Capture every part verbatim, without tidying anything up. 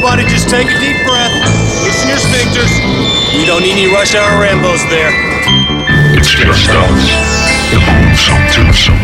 Everybody just take a deep breath. Loosen your sphincters. We don't need any rush hour Rambos there. It's just us. The Boomsome Twosome.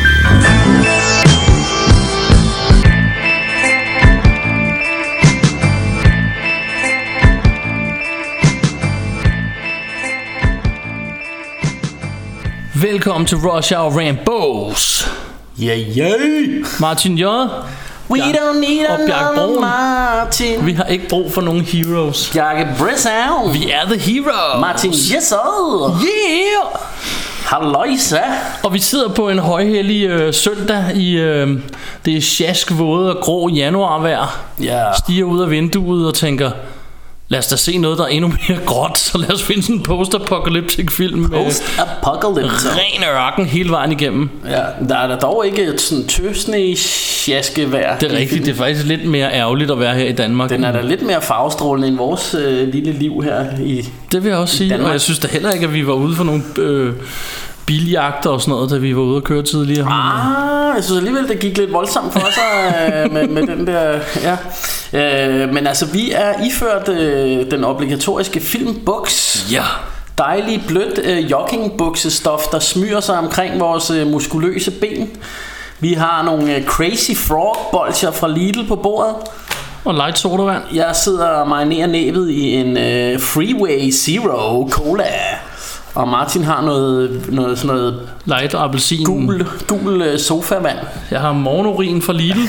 Velkommen til Rush Hour Rambos. Yeah, yeah. Martin J. We don't need og Bjarke another Broen. Martin. Vi har ikke brug for nogen heroes. Bjarke Broen. Vi er the heroes. Martin, yes sir. Yeah. Halløjsa. Og vi sidder på en højhellig øh, søndag i øh, det er sjask, våde og grå januarvejr. Ja. Stiger ud af vinduet og tænker, lad os da se noget, der er endnu mere gråt. Så lad os finde sådan en post-apocalyptic film med Post-apocalyptic. ren ørken hele vejen igennem. Ja, der er der dog ikke et sådan tøsne sjaskevejr. Det er rigtigt, det er faktisk lidt mere ærgerligt at være her i Danmark. Den er da lidt mere farvestrålende end vores øh, lille liv her i Det vil jeg også sige, Danmark. og jeg synes da heller ikke, at vi var ude for nogle øh, biljagter og sådan noget, da vi var ude at køre tidligere. Ah, jeg synes alligevel, det gik lidt voldsomt for sig øh, med, med den der, ja. Øh, men altså, vi er iført øh, den obligatoriske filmbuks. Ja. Dejlig blødt øh, joggingbuksestof, der smyrer sig omkring vores øh, muskuløse ben. Vi har nogle øh, Crazy Frog bolcher fra Lidl på bordet. Og light sodavand. Jeg sidder og marinerer næbet i en øh, Freeway Zero Cola. Og Martin har noget, noget sådan noget Light appelsin. gul, gul øh, sofavand. Jeg har morgenurin fra Lidl.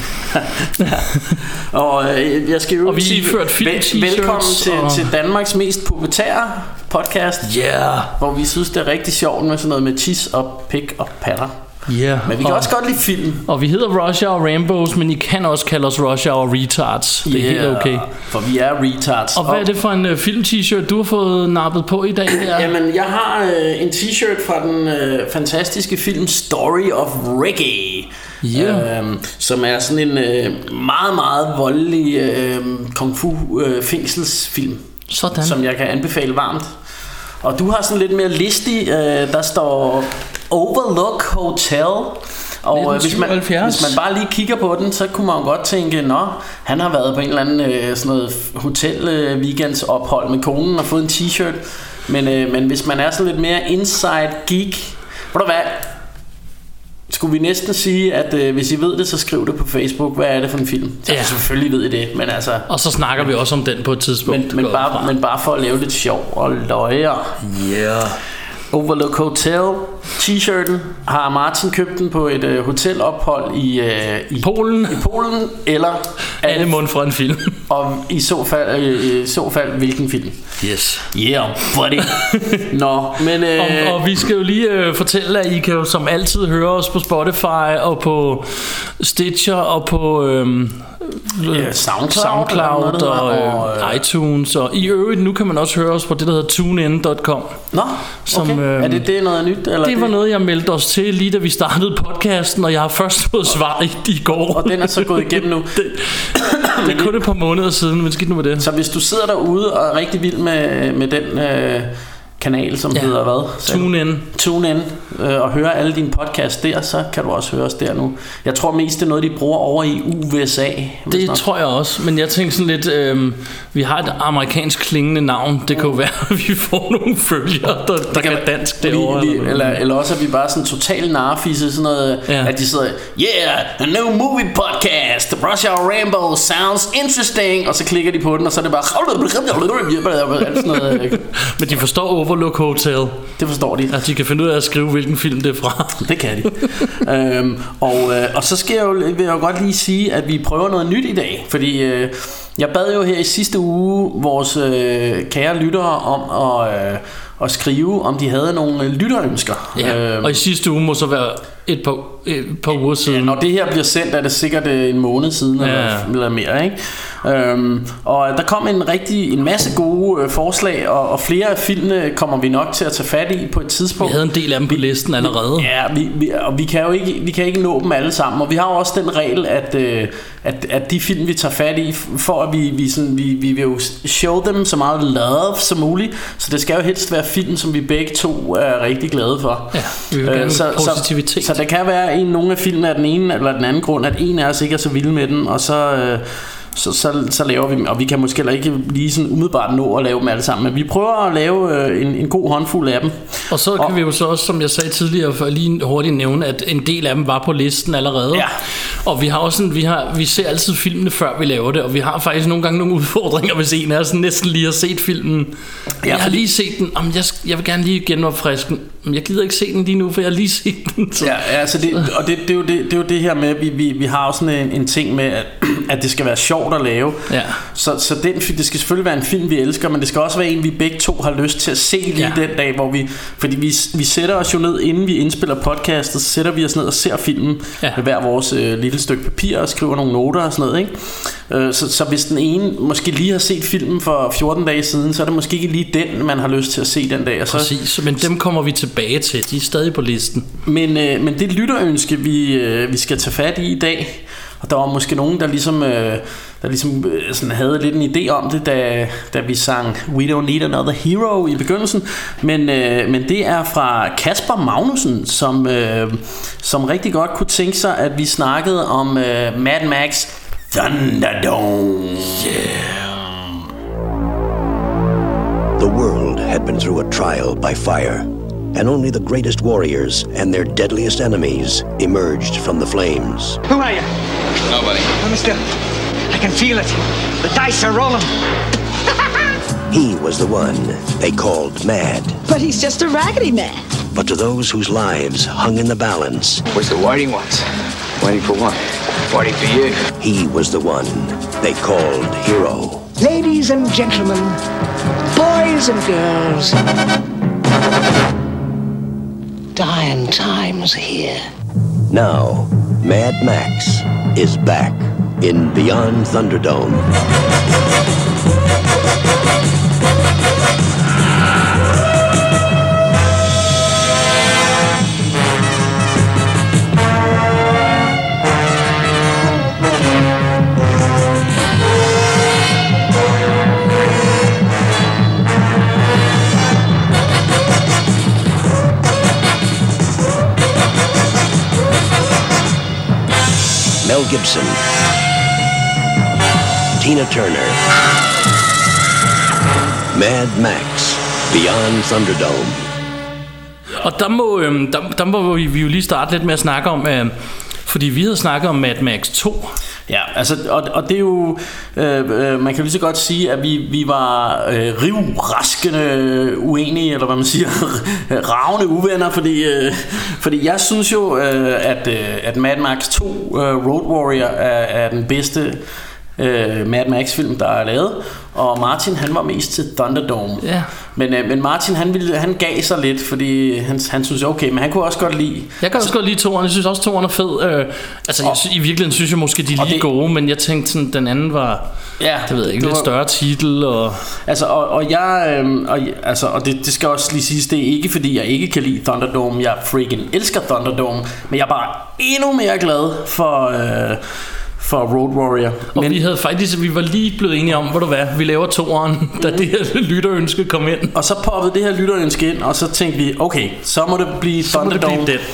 Og øh, jeg skal jo Og vi sige iført film vel, velkommen til, og... til Danmarks mest populære podcast. Yeah. Hvor vi synes det er rigtig sjovt med sådan noget med tis og pik og patter. Yeah. Men vi kan og, også godt lide film. Og vi hedder Rush Hour Rambos, men I kan også kalde os Rush Hour Retards. Det er Yeah, helt okay. For vi er retards. Og hvad er det for en uh, film-t-shirt, du har fået nappet på i dag der? Jamen, jeg har øh, en t-shirt fra den øh, fantastiske film Story of Reggae. Yeah. Øhm, som er sådan en øh, meget, meget voldelig øh, kung fu øh, fængselsfilm. Sådan. Som jeg kan anbefale varmt. Og du har sådan lidt mere listig. øh, Der står Overlook Hotel. Og øh, hvis, man, hvis man bare lige kigger på den, så kunne man jo godt tænke, nå, han har været på en eller anden øh, sådan noget hotel øh, weekendsophold med konen og fået en t-shirt. Men, øh, men hvis man er sådan lidt mere inside geek, ved du hvad, skulle vi næsten sige, at øh, hvis I ved det, så skriv det på Facebook. Hvad er det for en film? Så Ja. selvfølgelig ved I det, men altså. Og så snakker vi også om den på et tidspunkt. Men, men, bare, men bare for at lave lidt sjov og løjer. Yeah. Overlook Hotel t-shirten har Martin købt den på et øh, hotelophold i, øh, i Polen. I Polen eller Alle mund fra en film. Og i så fald øh, i så fald hvilken film? Yes. Yeah, buddy. Nå, men øh, og, og vi skal jo lige øh, fortælle, at I kan jo som altid høre os på Spotify og på Stitcher og på øhm, ja, SoundCloud, SoundCloud og, og øh, iTunes. Og i øvrigt nu kan man også høre os på det der hedder tunein punktum com. Nå, som, okay. øh, Er det, det er noget nyt? Eller det var noget jeg meldte os til lige da vi startede podcasten, og jeg har først fået svar i, i går. Og den er så gået igennem nu. det, det er kun et par måneder siden, men skidt nu med det. Så hvis du sidder derude og er rigtig vild med, med den øh, kanal, som ja. hedder hvad? TuneIn. TuneIn øh, og høre alle dine podcasts der, så kan du også høre os der nu. Jeg tror mest det er noget de bruger over i U S A. Det nok. Tror jeg også. Men jeg tænker sådan lidt øh, vi har et amerikansk klingende navn. Det kan jo være at vi får nogle følgere der, der kan, kan dansk derovre. Vi, eller, eller også at vi bare sådan total narfisse sådan noget, ja. At de sidder, yeah, a new movie podcast, Rush Hour Rambo sounds interesting, og så klikker de på den, og så er det bare sådan noget. Men de forstår Overlook Hotel. Det forstår de. Altså de kan finde ud af at skrive hvilken film det er fra. Det kan de. øhm, og, øh, og så skal jeg jo, vil jeg jo godt lige sige, at vi prøver noget nyt i dag. Fordi øh, jeg bad jo her i sidste uge vores øh, kære lyttere om at, øh, at skrive, om de havde nogle lytterønsker. Ja, øhm, og i sidste uge må så være et par, et par uger siden. Ja, når det her bliver sendt, er det sikkert en måned siden, ja. eller, eller mere, ikke? Øhm, og der kom en rigtig en masse gode øh, forslag, og, og flere af filmene kommer vi nok til at tage fat i på et tidspunkt. Vi havde en del af dem på listen allerede. Ja, vi, vi, og vi kan jo ikke vi kan ikke nå dem alle sammen, og vi har jo også den regel, at øh, at, at de film vi tager fat i, for at vi vi sådan vi vi vil jo show dem så meget love som muligt, så det skal jo helst være film, som vi begge to er rigtig glade for. Ja, vi vil gerne øh, så, positivitet. Så, så der kan være en nogle af filmene af den ene eller den anden grund, at en af os ikke er så vild med den, og så øh, så, så, så laver vi dem. Og vi kan måske heller ikke lige sådan umiddelbart nå at lave dem alle sammen, men vi prøver at lave øh, en, en god håndfuld af dem. Og så kan og, vi jo så også, som jeg sagde tidligere, for lige hurtigt nævne, at en del af dem var på listen allerede. Ja. Og vi har også sådan, vi, har, vi ser altid filmene før vi laver det, og vi har faktisk nogle gange nogle udfordringer, hvis en af os næsten lige har set filmen. Ja, jeg har lige set den, om jeg, jeg vil gerne lige genopfriske den. Men jeg gider ikke se den lige nu, for jeg har lige set den. Så. Ja, altså det, og det, det, er jo det, det er jo det her med, at vi, vi, vi har jo sådan en, en ting med, at, at det skal være sjovt at lave. Ja. Så, så den, det skal selvfølgelig være en film, vi elsker, men det skal også være en, vi begge to har lyst til at se lige ja. den dag, hvor vi... Fordi vi, vi sætter os jo ned, inden vi indspiller podcastet, så sætter vi os ned og ser filmen ja. med hver vores øh, lille stykke papir og skriver nogle noter og sådan noget, ikke? Øh, så, så hvis den ene måske lige har set filmen for fjorten dage siden, så er det måske ikke lige den, man har lyst til at se den dag. Og så, præcis, men dem kommer vi tilbage til. De er stadig på listen. Men, øh, men det lytterønske, vi, øh, vi skal tage fat i i dag, og der var måske nogen, der ligesom, øh, der ligesom øh, sådan havde lidt en idé om det, da, da vi sang We Don't Need Another Hero i begyndelsen. Men, øh, men det er fra Kasper Magnussen, som, øh, som rigtig godt kunne tænke sig, at vi snakkede om øh, Mad Max Thunderdome. Yeah. The world had been through a trial by fire, and only the greatest warriors and their deadliest enemies emerged from the flames. Who are you? Nobody. I'm still. I can feel it. The dice are rolling. He was the one they called Mad. But he's just a raggedy man. But to those whose lives hung in the balance, Where's the waiting ones? Waiting for what? Waiting for you. he was the one they called Hero. Ladies and gentlemen, boys and girls, dying times here. Now, Mad Max is back in Beyond Thunderdome. Mel Gibson, Tina Turner, Mad Max, Beyond Thunderdome. Og der må, øh, der, der må vi, vi jo lige starte lidt med at snakke om, øh, fordi vi havde snakket om Mad Max to. Ja, altså, og, og det er jo, øh, man kan lige så godt sige, at vi, vi var øh, rivraskende uenige, eller hvad man siger, ravne uvenner, fordi, øh, fordi jeg synes jo, øh, at, øh, at Mad Max to øh, Road Warrior er, er den bedste øh, Mad Max film, der er lavet, og Martin, han var mest til Thunderdome. Ja. Men, øh, men Martin, han, ville, han gav sig lidt, fordi han, han synes, okay, men han kunne også godt lide... Jeg kan også godt lide toeren, jeg synes også toeren er fed. øh, Altså og, jeg, i virkeligheden synes jeg måske de er lige det, gode, men jeg tænkte sådan, den anden var, ja, det ved jeg ikke, lidt var, større titel og... Altså, og, og jeg, øh, og, altså, og det, det skal også lige siges, det er ikke fordi jeg ikke kan lide Thunderdome, jeg freaking elsker Thunderdome, men jeg er bare endnu mere glad for... Øh, for Road Warrior. Og men, vi havde faktisk, vi var lige blevet enige om, hvor du hvad, vi laver toeren, da det her lytterønske kom ind. Og så poppede det her lytterønske ind, og så tænkte vi, okay, så må det blive Thunderdome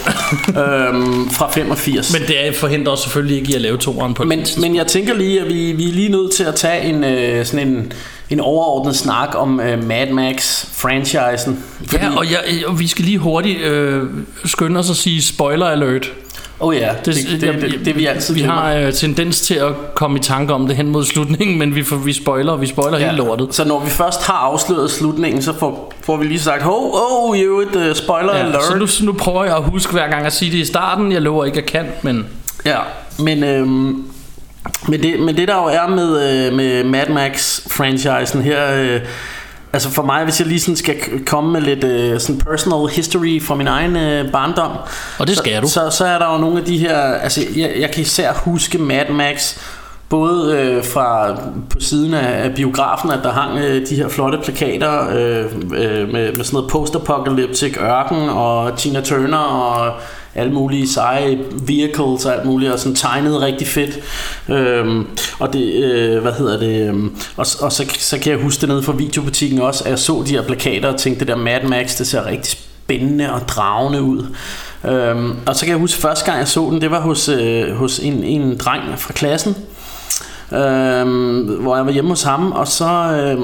øhm, fra femogfirs. Men det forhindrer os selvfølgelig ikke i at lave toeren på men, men jeg tænker lige, at vi, vi er lige nødt til at tage en, øh, sådan en, en overordnet snak om øh, Mad Max-franchisen. Fordi... Ja, og, jeg, og vi skal lige hurtigt øh, skynde os at sige spoiler alert. Oh ja, det, det, det, det, det vi altid Vi har øh, tendens til at komme i tanke om det hen mod slutningen, men vi, får, vi spoiler, vi spoiler ja, hele lortet. Så når vi først har afsløret slutningen, så får, får vi lige sagt, oh, oh, you it, uh, spoiler ja, alert. Så nu, nu prøver jeg at huske hver gang at sige det i starten. Jeg lover ikke, at jeg kan, men... Ja, men... Øhm, men, det, men det der jo er med, øh, med Mad Max-franchisen her... Øh, Altså for mig, hvis jeg lige sådan skal komme med lidt uh, sådan personal history fra min egen uh, barndom. Og det skal så, du. Så, så er der jo nogle af de her, altså jeg, jeg kan især huske Mad Max, både øh, fra på siden af, af biografen, at der hang øh, de her flotte plakater øh, øh, med, med sådan noget post-apocalyptic ørken og Tina Turner og alle mulige seje vehicles og alt muligt, og sådan tegnet rigtig fedt. Øhm, og det, øh, hvad hedder det, øhm, og, og så, så kan jeg huske det nede fra videobutikken også, at jeg så de her plakater og tænkte, det der Mad Max, det ser rigtig spændende og dragende ud. Øhm, og så kan jeg huske første gang jeg så den, det var hos, øh, hos en, en dreng fra klassen, øh, hvor jeg var hjemme hos ham, og så, øh,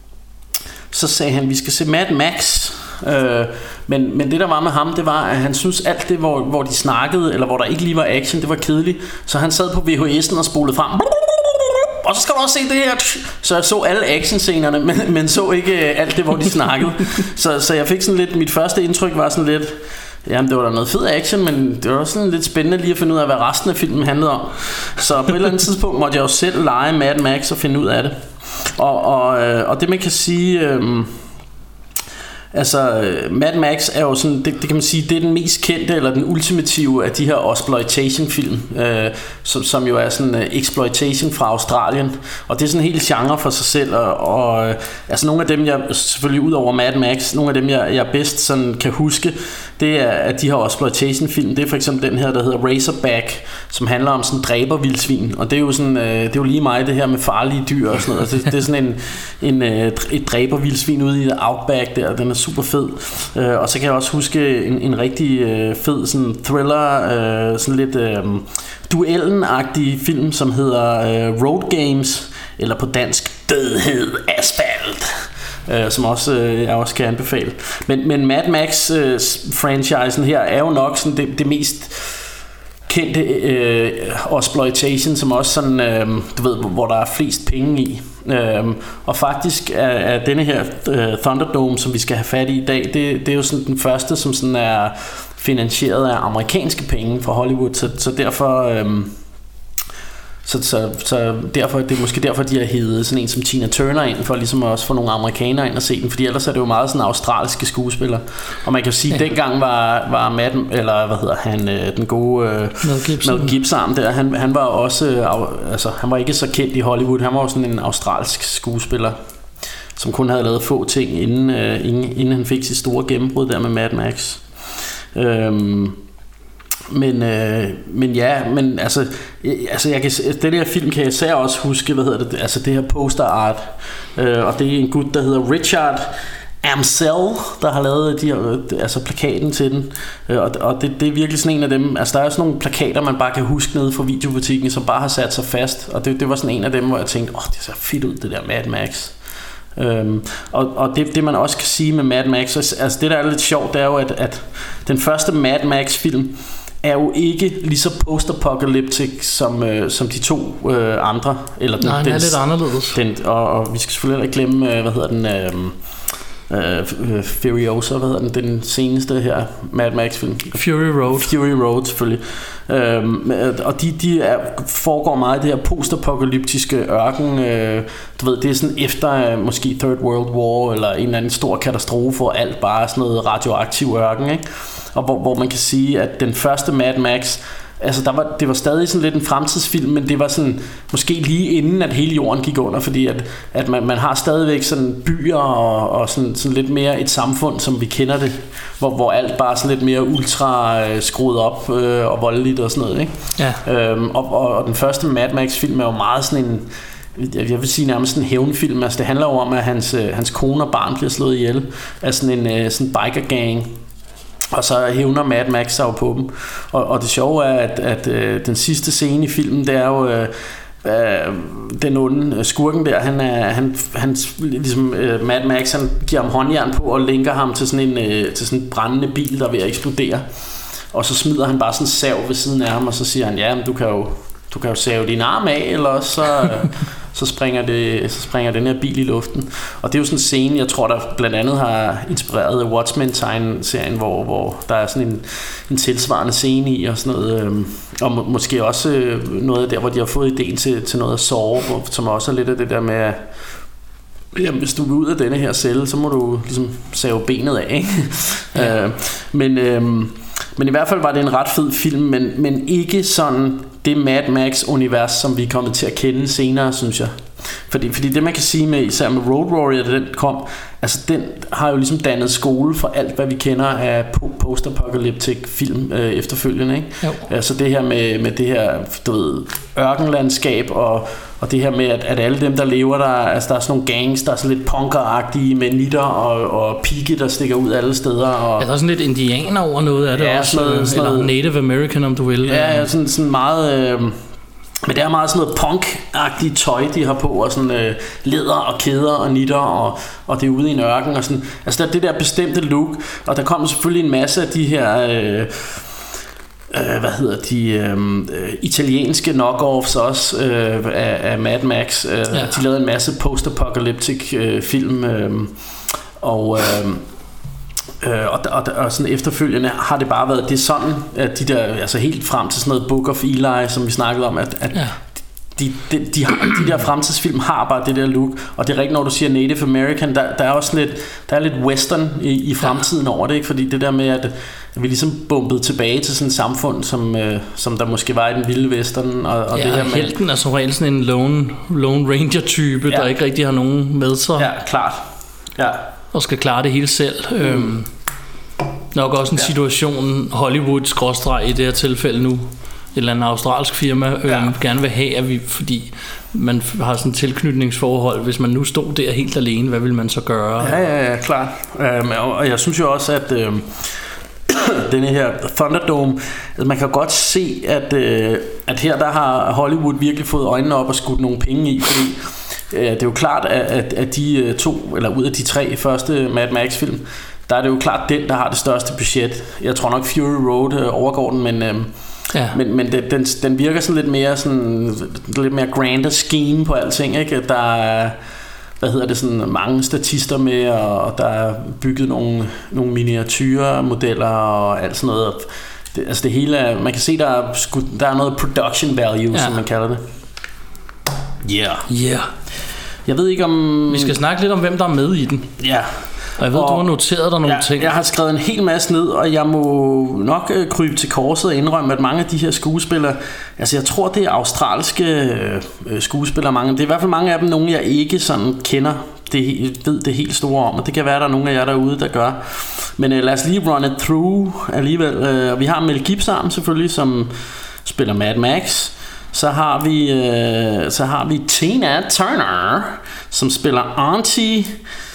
så sagde han, vi skal se Mad Max. Øh, men, men det der var med ham, det var, at han synes alt det, hvor, hvor de snakkede, eller hvor der ikke lige var action, det var kedeligt. Så han sad på V H S'en og spolede frem. Og så skal du også se det her. Så jeg så alle actionscenerne, men, men så ikke alt det, hvor de snakkede. Så, så jeg fik sådan lidt, mit første indtryk var sådan lidt, jamen det var da noget fed action, men det var også sådan lidt spændende lige at finde ud af, hvad resten af filmen handlede om. Så på et eller andet tidspunkt måtte jeg jo selv lege Mad Max og finde ud af det. Og, og, og det man kan sige... Øhm, Altså Mad Max er jo sådan, det, det kan man sige, det er den mest kendte eller den ultimative af de her exploitation film, øh, som, som jo er sådan uh, exploitation fra Australien, og det er sådan en hel genre for sig selv. Og, og altså nogle af dem jeg selvfølgelig ud over Mad Max, nogle af dem jeg, jeg bedst sådan kan huske, det er at de her exploitation film. Det er for eksempel den her der hedder Razorback, som handler om sådan dræbervildsvin, og det er jo sådan, øh, det er jo lige mig det her med farlige dyr og sådan noget. Altså, det, det er sådan en, en øh, et dræbervildsvin ude i det outback der, den er super fed. Øh, og så kan jeg også huske en, en rigtig øh, fed sådan thriller, øh, sådan lidt øh, duellen-agtig film, som hedder øh, Road Games, eller på dansk Dødhed Asfalt. Uh, som også uh, jeg også kan anbefale. Men, men Mad Max uh, franchisen her er jo nok sådan det, det mest kendte uh, exploitation, som også sådan uh, du ved, hvor der er flest penge i. Uh, og faktisk er, er denne her uh, Thunderdome, som vi skal have fat i i dag, det, det er jo sådan den første, som sådan er finansieret af amerikanske penge fra Hollywood, så, så derfor um, Så, så, så derfor, det er måske derfor, de har hedet sådan en som Tina Turner ind, for ligesom også få nogle amerikanere ind og se den, fordi ellers er det jo meget sådan australske skuespillere. Og man kan jo sige, at dengang var, var Matt, eller hvad hedder han, den gode Mel Gibson, Mel Gibson der, han, han var også, altså han var ikke så kendt i Hollywood, han var jo sådan en australsk skuespiller, som kun havde lavet få ting, inden, inden, inden han fik sit store gennembrud der med Mad Max. Øhm, Men, øh, men ja, men altså, altså jeg kan, den her film kan jeg især også huske, hvad hedder det, altså det her poster art, øh, og det er en gut, der hedder Richard Amsel, der har lavet de her, altså plakaten til den, øh, og, og det, det er virkelig sådan en af dem, altså der er sådan nogle plakater, man bare kan huske nede fra videobutikken, som bare har sat sig fast, og det, det var sådan en af dem, hvor jeg tænkte, åh, oh, det ser fedt ud, det der Mad Max. Øhm, og, og det, det man også kan sige med Mad Max, altså det der er lidt sjovt, det er jo, at, at den første Mad Max film er jo ikke lige så post-apocalyptic som, øh, som de to øh, andre. Eller den, Nej, den er lidt anderledes. Den, og, og vi skal selvfølgelig ikke glemme, øh, hvad hedder den, øh, øh, Furiosa, hvad hedder den, den seneste her Mad Max film. Fury Road. Fury Road, selvfølgelig. Øhm, og de, de er, foregår meget i det her post-apokalyptiske ørken. Øh, du ved, det er sådan efter øh, måske Third World War, eller en eller anden stor katastrofe, hvor alt bare er sådan noget radioaktiv ørken, ikke? Og hvor, hvor man kan sige, at den første Mad Max, altså der var, det var stadig sådan lidt en fremtidsfilm, men det var sådan måske lige inden at hele jorden gik under, fordi at, at man, man har stadigvæk sådan byer og, og sådan, sådan lidt mere et samfund, som vi kender det, hvor, hvor alt bare sådan lidt mere ultra øh, skruet op øh, og voldeligt og sådan noget, ikke? Ja. Øhm, og, og, og den første Mad Max film er jo meget sådan en, jeg vil sige nærmest en hævnfilm. Altså det handler jo om, at hans, hans kone og barn bliver slået ihjel af sådan en sådan biker gang, og så hævner Mad Max sig på dem. Og, og det sjove er, at, at øh, den sidste scene i filmen, det er jo øh, øh, den onde skurken der, han er, han, han ligesom øh, Mad Max, han giver ham håndjern på og linker ham til sådan en øh, til sådan en brændende bil, der er ved at eksplodere. Og så smider han bare sådan en sav ved siden af ham, og så siger han, ja, men du kan jo du kan jo save din arm af, eller også så så springer det så springer den her bil i luften. Og det er jo sådan en scene, jeg tror der blandt andet har inspireret Watchmen-tegneserien, hvor hvor der er sådan en en tilsvarende scene i og sådan noget, øhm, og må, måske også noget der, hvor de har fået ideen til til noget at sove, som også er lidt af det der med, jamen, hvis du vil ud af denne her celle, så må du ligesom save benet af, ikke? Ja. øh, men øhm, men i hvert fald var det en ret fed film, men, men ikke sådan det Mad Max-univers, som vi er kommet til at kende senere, synes jeg. Fordi, fordi det man kan sige med, især med Road Warrior, da den kom, altså den har jo ligesom dannet skole for alt, hvad vi kender af post-apocalyptic film øh, efterfølgende, ikke? Jo. Altså det her med, med det her, du ved, ørkenlandskab, og, og det her med, at, at alle dem, der lever der, altså der er sådan nogle gangs, der er sådan lidt punkeragtige med nitter og, og pigge, der stikker ud alle steder. Og ja, der er sådan lidt indianer over noget af det, ja, også, sådan noget, sådan eller noget, Native American, om du vil. Ja, ja, sådan, sådan meget... Øh, Men det er meget sådan noget punk-agtigt tøj, de har på, og sådan øh, læder og kæder og nitter, og, og det er ude i en ørken og sådan. Altså der er det der bestemte look, og der kommer selvfølgelig en masse af de her øh, øh, hvad hedder de øh, italienske knockoffs også øh, af, af Mad Max. Øh, ja. De lavede en masse post-apocalyptic øh, film, øh, og øh, Øh, og, og, og sådan efterfølgende har det bare været, det er sådan at de der, altså helt frem til sådan noget Book of Eli, som vi snakkede om, at, at ja. de, de, de, har, de der fremtidsfilm har bare det der look. Og det er rigtigt, når du siger Native American, der, der er også lidt, der er lidt western i, i fremtiden ja. over det, ikke? Fordi det der med at, at vi ligesom bumpede tilbage til sådan et samfund, som, øh, som der måske var i den vilde western, og, og ja, det her med helten er som regel sådan en lone, lone ranger type, ja. der ikke rigtig har nogen med sig. Ja, klart. Ja. Og skal klare det hele selv. mm. øhm, Nok også en ja. situation Hollywood-skråstreg i det her tilfælde nu, et eller andet australsk firma øhm, ja. gerne vil have, at vi, fordi man har sådan et tilknytningsforhold. Hvis man nu stod der helt alene, hvad vil man så gøre? Ja, ja, ja, klart. øhm, Og jeg synes jo også, at øhm, denne her Thunderdome, altså man kan godt se, at, øh, at her der har Hollywood virkelig fået øjnene op og skudt nogle penge i, fordi det er jo klart, at, at de to, eller ud af de tre første Mad Max film, der er det jo klart den, der har det største budget. Jeg tror nok Fury Road overgår den, men, ja. men, men den, den virker sådan lidt mere sådan lidt mere grander scheme på alting, ikke? Der er, hvad hedder det, sådan mange statister med, og der er bygget nogle, nogle miniatyrmodeller og alt sådan noget. Det, altså det hele er, man kan se, der er, der er noget production value, ja. som man kalder det. Yeah. Yeah. Jeg ved ikke om... Vi skal snakke lidt om, hvem der er med i den. Ja. Og jeg ved, og, du har noteret dig nogle ja, ting. Jeg har skrevet en hel masse ned, og jeg må nok øh, krybe til korset og indrømme, at mange af de her skuespillere, altså jeg tror, det er australske øh, skuespillere, mange. Det er i hvert fald mange af dem, nogle jeg ikke sådan kender, det, ved det helt store om, og det kan være, der er nogle af jer derude, der gør. Men øh, lad os lige run it through alligevel. Øh, vi har Mel Gibson selvfølgelig, som spiller Mad Max. Så har vi øh, så har vi Tina Turner, som spiller Auntie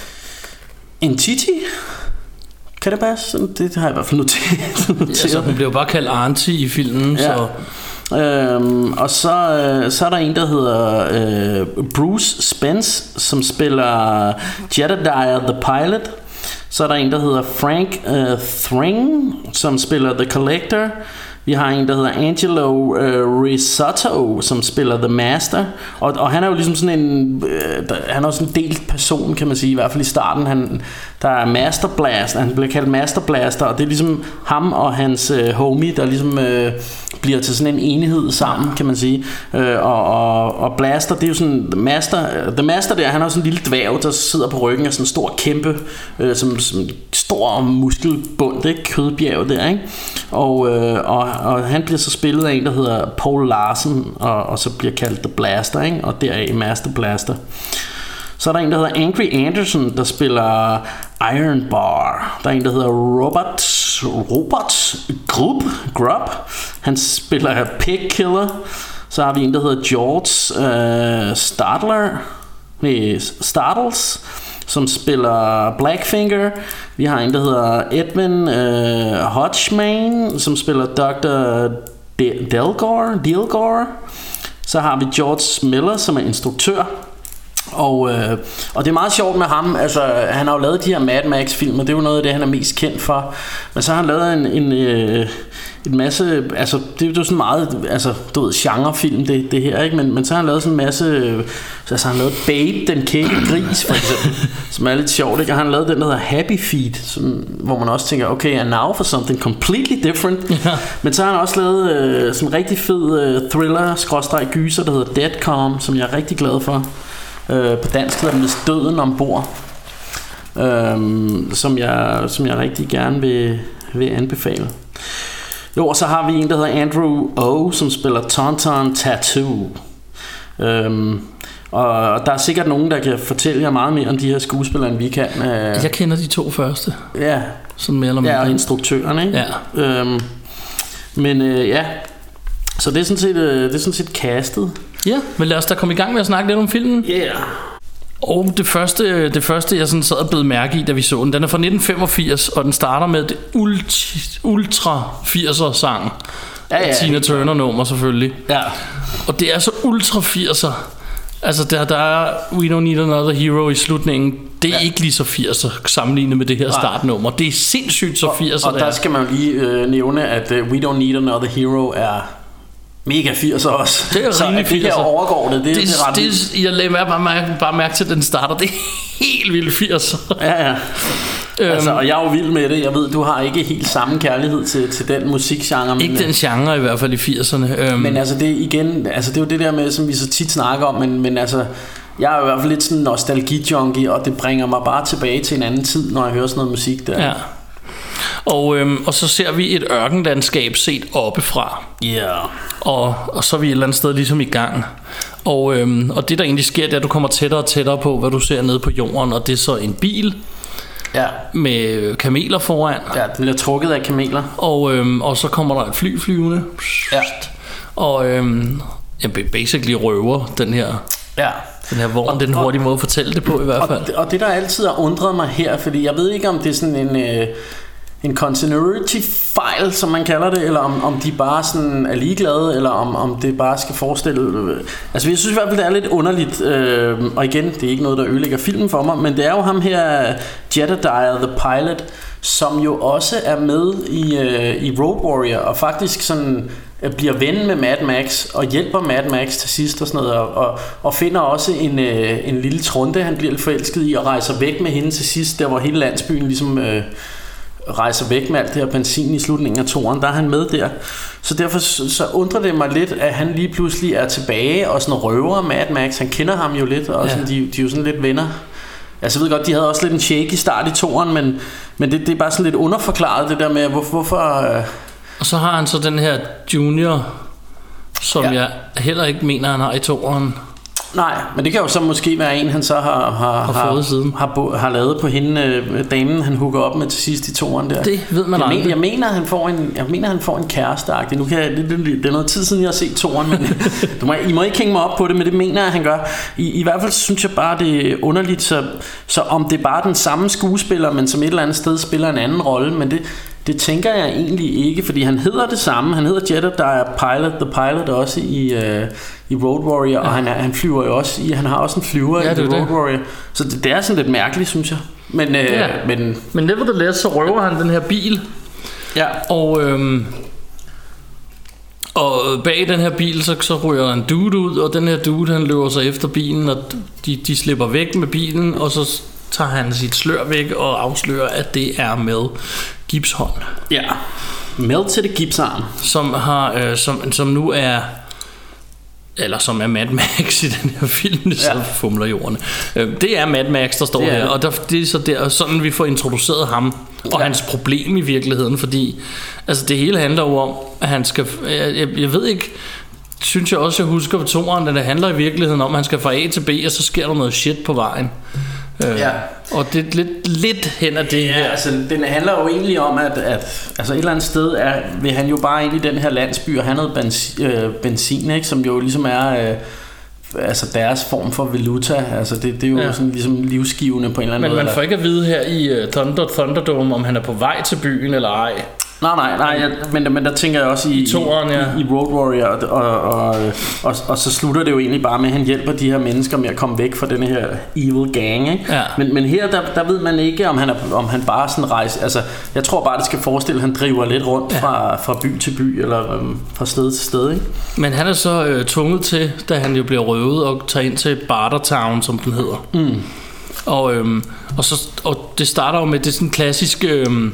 Entity. Kan det passe? Det har jeg i hvert fald noteret. Ja, så hun blev bare kaldt Auntie i filmen. Ja. Så. Øhm, og så, øh, så er der en, der hedder øh, Bruce Spence, som spiller Jedediah the Pilot. Så er der en, der hedder Frank øh, Thring, som spiller The Collector. Vi har en, der hedder Angelo uh, Risotto, som spiller The Master. Og, og han er jo ligesom sådan en øh, der, han er jo sådan en delt person, kan man sige, i hvert fald i starten. Han, der er Master Blaster, han bliver kaldt Master Blaster, og det er ligesom ham og hans øh, homie, der ligesom øh, bliver til sådan en enhed sammen, kan man sige. øh, og, og, og Blaster, det er jo sådan The Master, The Master der, han er jo sådan en lille dværg, der sidder på ryggen af sådan en stor kæmpe, øh, som, som stor muskelbund, ikke? Kødbjerg der, ikke? Og, øh, og, og han bliver så spillet af en, der hedder Paul Larsen, og, og så bliver kaldt The Blaster, ikke? Og deraf Master Blaster. Så er der en, der hedder Angry Anderson, der spiller Iron Bar. Der er en, der hedder Robert Robert Grubb, Grubb. Han spiller Pig Killer. Så har vi en, der hedder George uh, Stadler, nej, Startles, som spiller Blackfinger. Vi har en, der hedder Edwin uh, Hodgman, som spiller doktor De- Delgore, Delgore. Så har vi George Miller, som er instruktør. Og, øh, og det er meget sjovt med ham. Altså, han har jo lavet de her Mad Max film, og det er jo noget af det, han er mest kendt for. Men så har han lavet en, en, øh, en masse, altså det er jo sådan meget, altså du ved, genrefilm det, det her, ikke? Men, men så har han lavet sådan en masse, øh, altså han har lavet Babe, den kække gris for eksempel, som er lidt sjovt, ikke? Og han har lavet den, der hedder Happy Feet, som, hvor man også tænker, okay, and now for something completely different. Ja. Men så har han også lavet øh, sådan en rigtig fed øh, thriller-gyser, der hedder Dead Calm, som jeg er rigtig glad for. Øh, på dansk hedder den Med døden ombord, øhm, som, jeg, som jeg rigtig gerne vil, vil anbefale. Jo, og så har vi en, der hedder Andrew O, som spiller Tauntaun Tattoo. øhm, Og der er sikkert nogen, der kan fortælle jer meget mere om de her skuespillere, end vi kan. øh, Jeg kender de to første. Ja, sådan mere eller mindre. Ja, og instruktøren, ikke? Ja. øhm, Men øh, ja, så det er sådan set, øh, det er sådan set castet. Ja, men lad os da komme i gang med at snakke lidt om filmen. Ja. Yeah. Og det første, det første jeg sådan sad og blev mærke i, da vi så den, den er fra nitten femogfirs, og den starter med det ultra, ultra firser sang. ja, ja. Tina Turner nummer selvfølgelig. Ja. Og det er så ultra firser. Altså der, der er We Don't Need Another Hero i slutningen. Det er ja. ikke lige så firser sammenlignet med det her startnummer. Det er sindssygt så firser. Og, og der, der skal man jo lige øh, nævne at uh, We Don't Need Another Hero er mega firser også. Det er så rimelig firser. Det her overgår det. Det, det, det er ret det, jeg lagde bare mærke, bare mærke til at den starter. Det er helt vildt firser. Ja ja. Øhm, altså, og jeg er jo vild med det. Jeg ved, du har ikke helt samme kærlighed til, til den musikgenre. Ikke men, den genre i hvert fald i firserne. Øhm. Men altså det igen, altså det er jo det der med, som vi så tit snakker om, men, men altså jeg er i hvert fald lidt sådan en nostalgi-junkie, og det bringer mig bare tilbage til en anden tid, når jeg hører sådan noget musik der. Ja. Og, øhm, og så ser vi et ørkenlandskab set oppefra. Ja. Yeah. Og, og så er vi et eller andet sted ligesom i gang. Og, øhm, og det der egentlig sker, det er at du kommer tættere og tættere på, hvad du ser nede på jorden. Og det er så en bil. Ja. Med kameler foran. Ja, den bliver trukket af kameler. Og, øhm, og så kommer der et fly flyvende. Ja. Og øhm, basically røver den her. Ja. Den her vogn, og, den hurtige måde at fortælle det på i hvert fald. Og, og det der altid har undret mig her, fordi jeg ved ikke om det er sådan en øh, en continuity fejl, som man kalder det, eller om, om de bare sådan er ligeglade, eller om, om det bare skal forestille øh, altså jeg synes i hvert fald det er lidt underligt, øh, og igen det er ikke noget der ødelægger filmen for mig, men det er jo ham her Jedediah the Pilot, som jo også er med i, øh, i Road Warrior, og faktisk sådan bliver ven med Mad Max og hjælper Mad Max til sidst og sådan noget, og, og, og finder også en, øh, en lille trunte han bliver lidt forelsket i, og rejser væk med hende til sidst, der hvor hele landsbyen ligesom øh, rejser væk med alt det her benzin i slutningen af toeren. Der er han med der, så derfor så, så undrer det mig lidt at han lige pludselig er tilbage og sådan røver Mad Max. Han kender ham jo lidt, og sådan, ja. de, de er jo sådan lidt venner. Altså jeg ved godt, de havde også lidt en shaky start i toeren, men, men det, det er bare sådan lidt underforklaret det der med hvor, hvorfor øh, og så har han så den her Junior, som ja. jeg heller ikke mener, han har i toeren. Nej, men det kan jo så måske være en, han så har, har, har, fået siden. har, har, har lavet på hende, øh, damen, han hooker op med til sidst i toeren der. Det ved man jeg aldrig. Men, jeg mener, han får en, jeg mener, han får en kæreste. Nu kan jeg, det, det, det er noget tid siden, jeg har set toeren, men du må, I må ikke hænge mig op på det, men det mener jeg, han gør. I, i hvert fald synes jeg bare, det er underligt, så, så om det er bare den samme skuespiller, men som et eller andet sted spiller en anden rolle, men det... Det tænker jeg egentlig ikke, fordi han hedder det samme. Han hedder Jedediah Pilot, The Pilot også i, uh, i Road Warrior, ja. Og han, er, han flyver jo også i, han har også en flyver ja, i The Road det. Warrior. Så det, det er sådan lidt mærkeligt, synes jeg. Men, uh, ja. men, men nevertheless, så røver han den her bil. Ja. Og, øhm, og bag den her bil, så, så ryger en dude ud, og den her dude, han løber sig efter bilen, og de, de slipper væk med bilen, og så tager han sit slør væk og afslører, at det er med gipshånd. Ja, med til det gipsarm. Som, har, øh, som, som nu er, eller som er Mad Max i den her film, så ja. fumler jorden. Øh, det er Mad Max, der står her, og der, det er så der, sådan vi får introduceret ham og ja. hans problem i virkeligheden, fordi altså det hele handler jo om, at han skal, jeg, jeg, jeg ved ikke, synes jeg også, jeg husker på toeren, at det handler i virkeligheden om, at han skal fra A til B, og så sker der noget shit på vejen. Ja. Og det er lidt, lidt hen af det ja, her. Altså, den handler jo egentlig om at, at altså et eller andet sted er, vil han jo bare ind i den her landsby og have noget benzin, øh, benzin ikke, som jo ligesom er øh, altså deres form for valuta. Altså det, det er jo ja. sådan ligesom livsgivende på en eller anden Men måde. Men man får ikke at vide her i uh, Thunder Thunderdome, om han er på vej til byen eller ej. Nej, nej, nej, jeg, men, men der tænker jeg også i, I, toren, ja. i, i Road Warrior, og, og, og, og, og så slutter det jo egentlig bare med, at han hjælper de her mennesker med at komme væk fra denne her evil gang, ikke? Ja. Men, men her, der, der ved man ikke, om han, er, om han bare sådan rejser, altså, jeg tror bare, det skal forestille, at han driver lidt rundt ja. fra, fra by til by, eller øhm, fra sted til sted, ikke? Men han er så øh, tvunget til, da han jo bliver røvet, og tager ind til Bartertown, som den hedder. Mm. Og, øhm, og, så, og det starter jo med, det sådan klassiske... Øhm,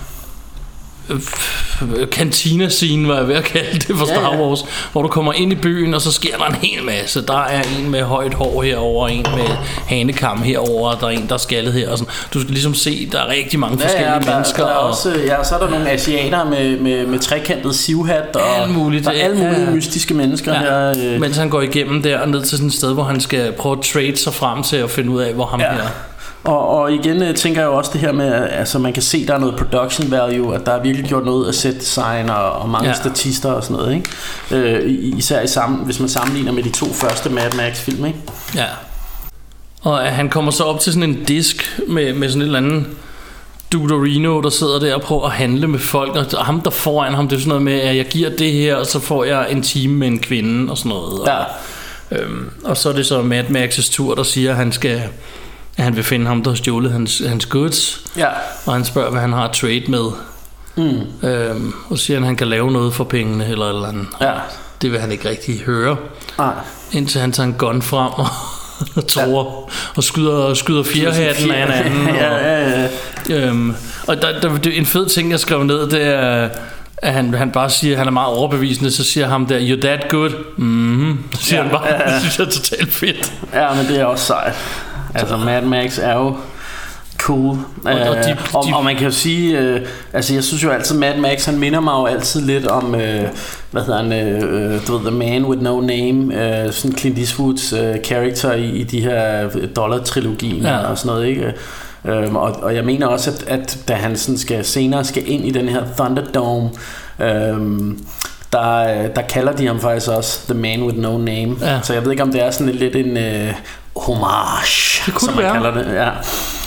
cantina-scene, var jeg ved at kalde det for Star Wars, ja, ja. hvor du kommer ind i byen, og så sker der en hel masse. Der er en med højt hår herover, en med hanekam herover, der er en, der er skaldet her. Og sådan. Du skal ligesom se, der er rigtig mange ja, forskellige ja, der, mennesker. Der er også, ja, så er der nogle asiater med, med, med trekantet sivhat, og alt muligt, der er alle mulige ja. mystiske mennesker ja. her. Øh. Mens han går igennem der ned til sådan et sted, hvor han skal prøve at trade sig frem til at finde ud af, hvor ham ja. her. Og, og igen tænker jeg jo også det her med, altså man kan se, der er noget production value, at der er virkelig gjort noget af set design og, og mange ja. statister og sådan noget, ikke? Øh, især i sammen, hvis man sammenligner med de to første Mad Max film, ikke? Ja. Og han kommer så op til sådan en disk med, med sådan et eller andet Dudorino, der sidder der og prøver at handle med folk, og ham der foran ham, det er sådan noget med, at jeg giver det her, og så får jeg en time med en kvinde og sådan noget. Ja. Og, øhm, og så er det så Mad Max's tur, der siger, at han skal, at han vil finde ham, der har stjålet hans, hans goods. Ja. Og han spørger, hvad han har at trade med. Mm. Øhm, og siger, at han kan lave noget for pengene eller eller andet. Ja. Det vil han ikke rigtig høre. Nej. Indtil han tager en gun frem og tror ja. og skyder, skyder fjerhatten af en anden. Og, ja, ja, ja. Øhm, og der, der, det, en fed ting, jeg skrev ned, det er, at han, han bare siger, at han er meget overbevisende. Så siger ham der, you're that good. Mhm. Så siger ja, han bare, ja, ja. Det synes jeg er totalt fedt. Ja, men det er også sejt. Altså Mad Max er jo cool. Og, og, de, de, og, og man kan jo sige, øh, altså jeg synes jo altid Mad Max, han minder mig jo altid lidt om øh, hvad hedder han, øh, du ved, The Man With No Name, øh, sådan Clint Eastwoods øh, character i, i de her Dollar-trilogien ja. og sådan noget, ikke? Øhm, og, og jeg mener også, at, at da han sådan skal, senere skal ind i den her Thunderdome, øhm, der, der kalder de ham faktisk også The Man With No Name. Ja. Så jeg ved ikke, om det er sådan lidt en øh, homage, det kunne som det man være. kalder det. Ja.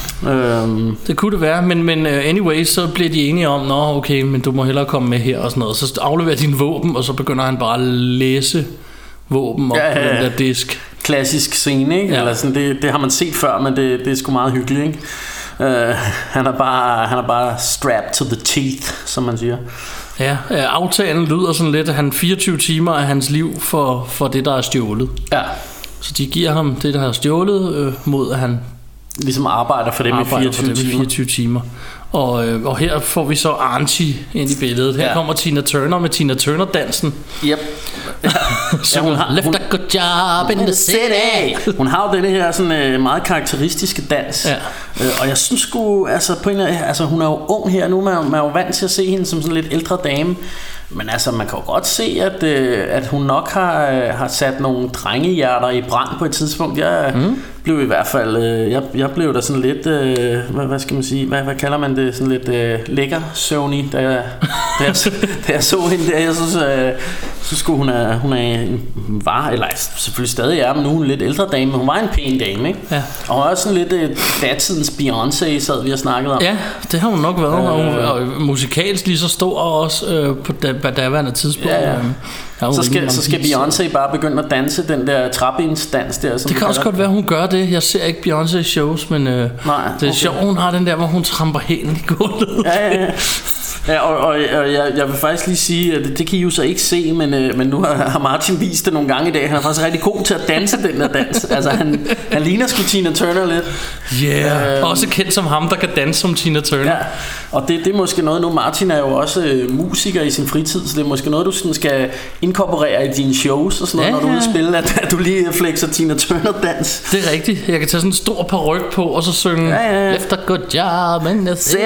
Um, det kunne det være, men, men uh, anyway, så bliver de enige om, nå okay, men du må hellere komme med her og sådan noget. Så afleverer dine våben, og så begynder han bare at læse våben op ja, ja, ja. på den der disk. Klassisk scene, ikke? Ja. Eller sådan, det, det har man set før, men det, det er sgu meget hyggeligt, ikke? Uh, han er bare han er bare strapped to the teeth, som man siger. Ja, aftalen lyder sådan lidt, at han fireogtyve timer af hans liv for, for det, der er stjålet. Ja. Så de giver ham det, der er stjålet, øh, mod at han ligesom arbejder for det med fireogtyve, det med fireogtyve timer. Og, øh, og her får vi så Archie ind i billedet. Her ja. kommer Tina Turner med Tina Turner-dansen. Yep. Ja. Så ja, hun har, left a good job in the city. Hun har jo den her sådan, øh, meget karakteristiske dans. Ja. Øh, og jeg synes sgu, altså, på en, altså hun er jo ung her nu. Man er, man er jo vant til at se hende som sådan lidt ældre dame. Men altså, man kan jo godt se, at, øh, at hun nok har, øh, har sat nogle drengehjerter i brand på et tidspunkt. Jeg mm. blev i hvert fald, øh, jeg, jeg blev da sådan lidt, øh, hvad, hvad skal man sige, hvad, hvad kalder man det, sådan lidt øh, lækker søvnig, da jeg, da, jeg, da jeg så hende der. Jeg synes, øh, så skulle hun er, hun er en var, eller selvfølgelig stadig er, men nu er hun en lidt ældre dame, men hun var en pæn dame, ikke? Ja. Og hun er også sådan lidt øh, datidens Beyoncé, sad vi og snakket om. Ja, det har hun nok været, øh, og, hun, og musikalsk lige så stor også øh, på det på daværende tidspunkt. Ja, ja. Så skal, så skal Beyoncé bare begynde at danse den der trappindsdans der. Det kan også godt være, hun gør det. Jeg ser ikke Beyoncé shows, men øh, Nej, det er okay. sjovt, hun har den der, hvor hun tramper hælen i gulvet. Ja, ja, ja. Ja, og, og, og jeg, jeg vil faktisk lige sige, at det, det kan I jo så ikke se, men, øh, men nu har, har Martin vist det nogle gange i dag. Han er faktisk rigtig god til at danse den der dans. Altså han, han ligner sgu Tina Turner lidt. Ja, yeah. øh, også kendt som ham, der kan danse som Tina Turner. Ja, og det, det er måske noget, nu Martin er jo også øh, musiker i sin fritid, så det er måske noget, du sådan skal inkorporere i dine shows og sådan noget, ja, når du er ude at spille, at, at du lige flexer Tina Turner dans. Det er rigtigt. Jeg kan tage sådan en stor paryk på, og så synge ja, ja. Left a good job in the city.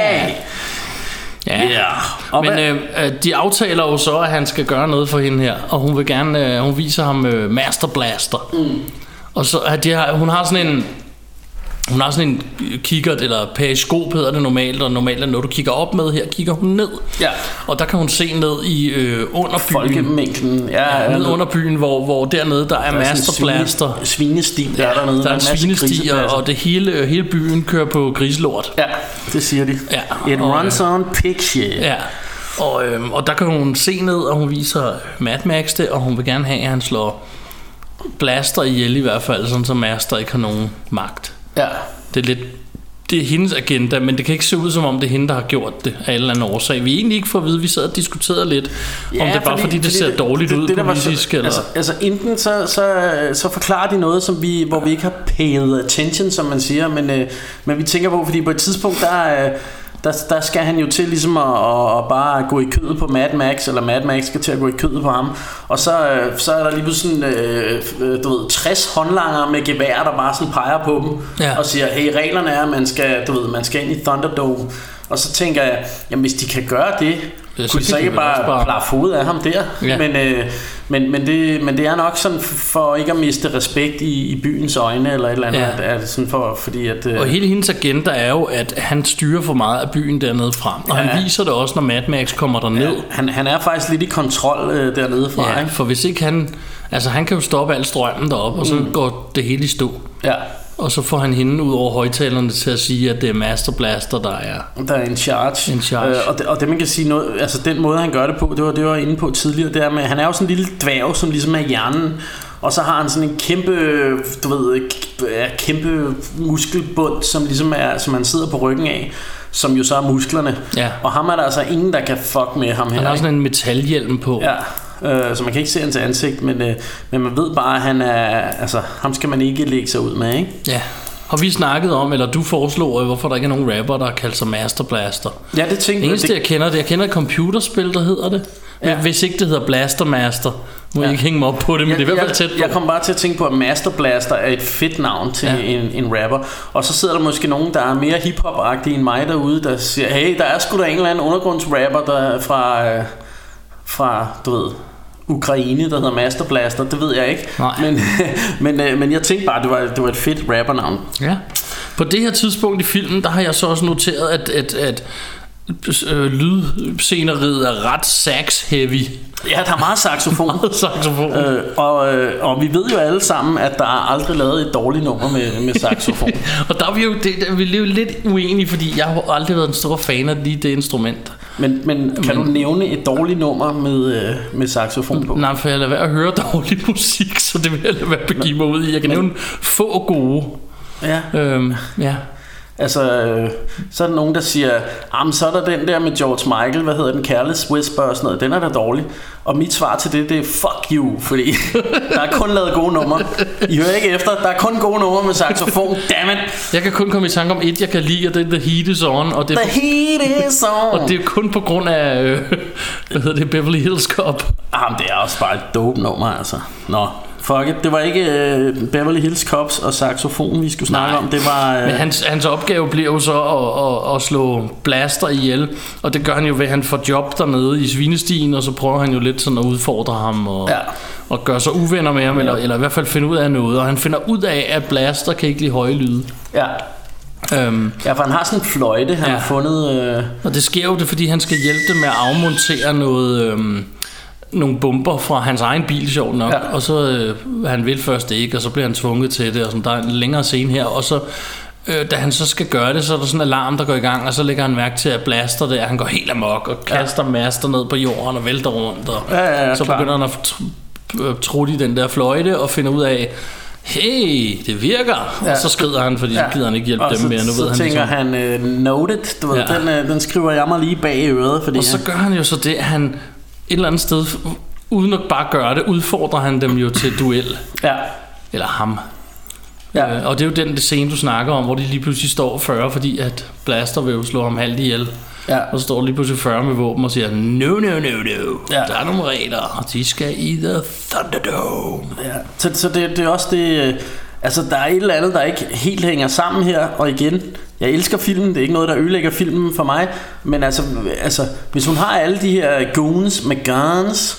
Ja, yeah. Men øh, de aftaler jo så, at han skal gøre noget for hende her, og hun vil gerne, øh, hun viser ham øh, Master Blaster. Mm. Og så at de har, hun har sådan en, hun har sådan en kikkert eller periskop hedder det normalt, og normalt er når du kigger op med, her kigger hun ned. Ja. Og der kan hun se ned i øh, under byen. Folkemængden. Ja, ja, ned ja, under byen, hvor hvor dernede der er, der er Master Blaster. Svinesti der ja, er dernede. Der er en svinesti, og, og det hele hele byen kører på griselort. Ja, det siger de. Ja. It og, runs on pig shit. Ja. Og øhm, og der kan hun se ned, og hun viser Mad Max det, og hun vil gerne have, at han slår Blaster ihjel i hvert fald, sådan så Master ikke har nogen magt. Ja. Det er lidt, det er hendes agenda, men det kan ikke se ud som om det er hende, der har gjort det af en eller anden årsag. Vi er egentlig ikke for at vide, vi sad og diskuterede lidt ja, om det er bare fordi, fordi det fordi ser det, dårligt det, ud det, det, politisk så, eller altså, altså enten så, så, så forklarer de noget som vi, hvor vi ikke har paid attention, som man siger, men, øh, men vi tænker på, fordi på et tidspunkt der øh, Der, der skal han jo til ligesom at, at, at bare gå i kødet på Mad Max, eller Mad Max skal til at gå i kødet på ham. Og så, så er der lige pludselig sådan, øh, du ved, tres håndlanger med gevær, der bare sådan peger på dem, ja. Og siger, hey, reglerne er, at man skal, du ved, man skal ind i Thunderdome. Og så tænker jeg, jamen hvis de kan gøre det, ja, kunne de så ikke bare, bare plaffe hovedet af ham der. Ja. Men, øh, men, men, det, men det er nok sådan for ikke at miste respekt i, i byens øjne eller et eller andet, ja. Er det sådan for, fordi at, øh... og hele hendes agenda er jo, at han styrer for meget af byen dernede frem. Og ja. Han viser det også, når Mad Max kommer derned. Ja. Han, han er faktisk lidt i kontrol øh, dernede fra. Ja, for hvis ikke han, altså han kan jo stoppe al strømmen deroppe, mm. og så går det hele i stå. Ja. Og så får han hende ud over højtalerne til at sige, at det er Master Blaster, der er der er en charge, en charge. Øh, og, det, og det man kan sige noget, altså den måde han gør det på, det var det var inde på tidligere, det er med, han er jo sådan en lille dværg, som ligesom er hjernen, og så har han sådan en kæmpe, du ved, kæmpe muskelbund, som ligesom er, som han sidder på ryggen af, som jo så er musklerne. Ja. Og ham er der altså ingen, der kan fuck med ham her. Han har sådan en metalhjelm på. Ja. Øh, så man kan ikke se hans ansigt, men, øh, men man ved bare, at han er, altså, ham skal man ikke lægge sig ud med, ikke? Ja. Og vi snakkede om, eller du foreslog, hvorfor der ikke er nogen rapper, der har kaldt sig Master Blaster. Ja, det tænkte jeg. Eneste jeg kender det, jeg kender et computerspil, der hedder det. Ja. Hvis ikke det hedder Blaster Master, må jeg ja. ikke hænge mig op på det, men jeg, det er i hvert fald tæt på. Jeg kom bare til at tænke på, at Master Blaster er et fedt navn til ja. en, en rapper. Og så sidder der måske nogen, der er mere hiphop-agtige end mig derude, der siger, hey, der er sgu da en eller anden undergrundsrapper, der er fra, øh, fra, du ved, Ukraine, der hedder Master Blaster. Det ved jeg ikke. Men, men, øh, men jeg tænkte bare, det var, det var et fedt rappernavn. Ja. På det her tidspunkt i filmen, der har jeg så også noteret, at, at, at øh, lydsceneriet er ret sax-heavy. Ja, der er meget saxofon. meget saxofon. Øh, og, øh, og vi ved jo alle sammen, at der er aldrig lavet et dårligt nummer med, med saxofon. Og der er vi jo, det, der, vi er jo lidt uenige, fordi jeg har aldrig været en stor fan af lige det instrument. Men, men kan men, du nævne et dårligt nummer med, øh, med saxofon på? Nej, for jeg lader være at høre dårlig musik, så det vil jeg lade være at begive mig ud i. Jeg kan men, nævne få gode. Ja. Øhm, ja. Altså, øh, så er der nogen, der siger, jamen så er der den der med George Michael, hvad hedder den, Careless Whisper og sådan noget, den er da dårlig. Og mit svar til det, det er fuck you, fordi der er kun lavet gode numre. I hører ikke efter, der er kun gode numre med saxofon, dammit. Jeg kan kun komme i tanke om et, jeg kan lide, og det er The Heat Is On. Og det er The Heat Is On. Og det er kun på grund af, øh, hvad hedder det, Beverly Hills Cop. Jamen det er også bare et dope nummer, altså. Nå. Fuck it. Det var ikke uh, Beverly Hills Cops og saxofon, vi skulle snakke Nej, om. Det var, uh... men hans, hans opgave bliver jo så at, at, at slå Blaster ihjel. Og det gør han jo ved, at han får job dernede i svinestien. Og så prøver han jo lidt sådan at udfordre ham og, ja. og gøre sig uvenner med ham, ja. eller, eller i hvert fald finde ud af noget. Og han finder ud af, at Blaster kan ikke lide høje lyde. Ja. Øhm, ja, for han har sådan en fløjte, han ja. har fundet. Øh... Og det sker jo det, fordi han skal hjælpe dem med at afmontere noget. Øh, nogle bomber fra hans egen bil, sjovt nok. Ja. Og så øh, han vil først ikke, og så bliver han tvunget til det. Og sådan, der er en længere scene her. Og så øh, da han så skal gøre det, så er der sådan en alarm, der går i gang. Og så lægger han mærke til, at Blaster der, han går helt amok og kaster ja. Master ned på jorden og vælter rundt. Og ja, ja, ja, så klar. begynder han at trutte i den der fløjte og finder ud af, hey, det virker. Ja. Og så skrider han, fordi ja. så gider han ikke hjælpe og dem så, mere. Nu så ved tænker han, ligesom, han uh, noted, du ved, ja. den, uh, den skriver jeg mig lige bag i øret. Fordi og så gør han jo så det, han et eller andet sted, uden at bare gøre det, udfordrer han dem jo til duel. Ja. Eller ham. Ja. Øh, og det er jo den scene, du snakker om, hvor de lige pludselig står fyrre, fordi at Blaster vil jo slå ham halvt ihjel. Ja. Og så står lige pludselig fyrre med våben og siger, no, no, no, no. Ja. Der er nogle regler, og de skal i The Thunderdome. Ja. Så, så det, det er også det. Altså der er et eller andet, der ikke helt hænger sammen her. Og igen, jeg elsker filmen. Det er ikke noget, der ødelægger filmen for mig. Men altså, altså hvis hun har alle de her goons med guns,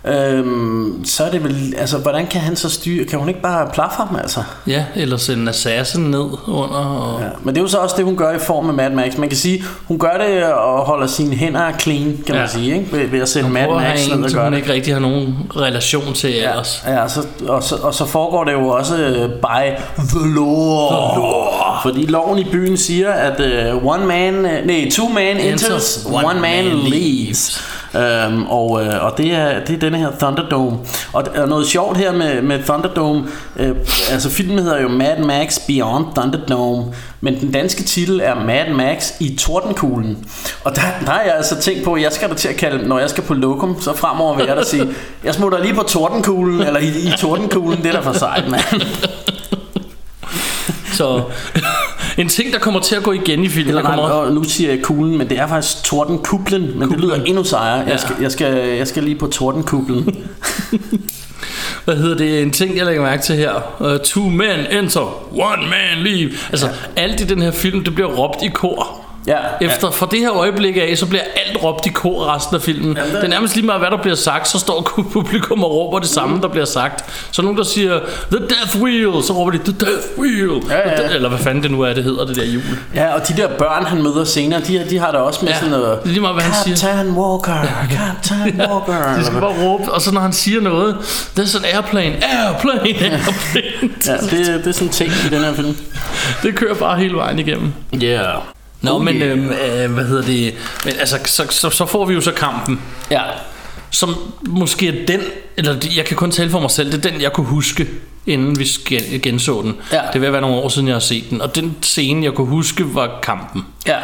Øhm, så er det vel, altså hvordan kan han så styre, kan hun ikke bare plaffe ham altså? Ja, eller sende en assassin ned under og... ja, men det er jo så også det hun gør i form af Mad Max. Man kan sige, hun gør det og holder sine hænder clean, kan ja. man sige, ikke? Ved, ved at sende Mad Max ned og gøre hun det. ikke rigtig har nogen relation til ja, ellers. Ja, så, og, så, og så foregår det jo også by the law, the law. Fordi loven i byen siger at uh, one man, uh, nej, two man enters, one, one man, man leaves. Øhm, og, øh, og det er det er denne her Thunderdome. Og, og noget sjovt her med, med Thunderdome, øh, altså filmen hedder jo Mad Max Beyond Thunderdome, men den danske titel er Mad Max i Tordenkuglen. Og der, der har jeg altså tænkt på, at jeg skal da til at kalde, når jeg skal på lokum, så fremover vil jeg da sige, jeg smutter lige på Tordenkuglen, eller i, i Tordenkuglen, det er da for sejt, mand. Så en ting, der kommer til at gå igen i filmen. Eller, nej, kommer... nu siger jeg kuglen, men det er faktisk Tordenkublen, men Kublen. Det lyder endnu sejere. Ja. Jeg, skal, jeg, skal, jeg skal lige på Tordenkublen. Hvad hedder det? En ting, jeg lægger mærke til her. Uh, two men enter, one man leave. Altså, ja. alt i den her film, det bliver råbt i kor. Ja, Efter ja. fra det her øjeblik af, så bliver alt råbt i kor resten af filmen. Ja, det... det er nærmest lige meget, hvad der bliver sagt, så står publikum og råber det samme, der bliver sagt. Så nogen, der siger, the death wheel, så råber de, the death wheel. Ja, ja. Eller hvad fanden det nu er, det hedder, det der hjul. Ja, og de der børn, han møder senere, de, de har der også med ja, sådan noget, lige meget, hvad han siger. Captain Walker, ja. Captain Walker. De skal bare råbe, og så når han siger noget, there's an airplane, airplane, airplane. Ja, det, det er sådan en ting i den her film. Det kører bare hele vejen igennem. Ja. Yeah. Nå, oh, men yeah. øh, hvad hedder det? Men altså, så, så, så får vi jo så kampen. Ja. Som måske er den, eller jeg kan kun tale for mig selv, det er den, jeg kunne huske, inden vi genså den. Ja. Det vil være nogle år siden, jeg har set den. Og den scene, jeg kunne huske, var kampen. Ja.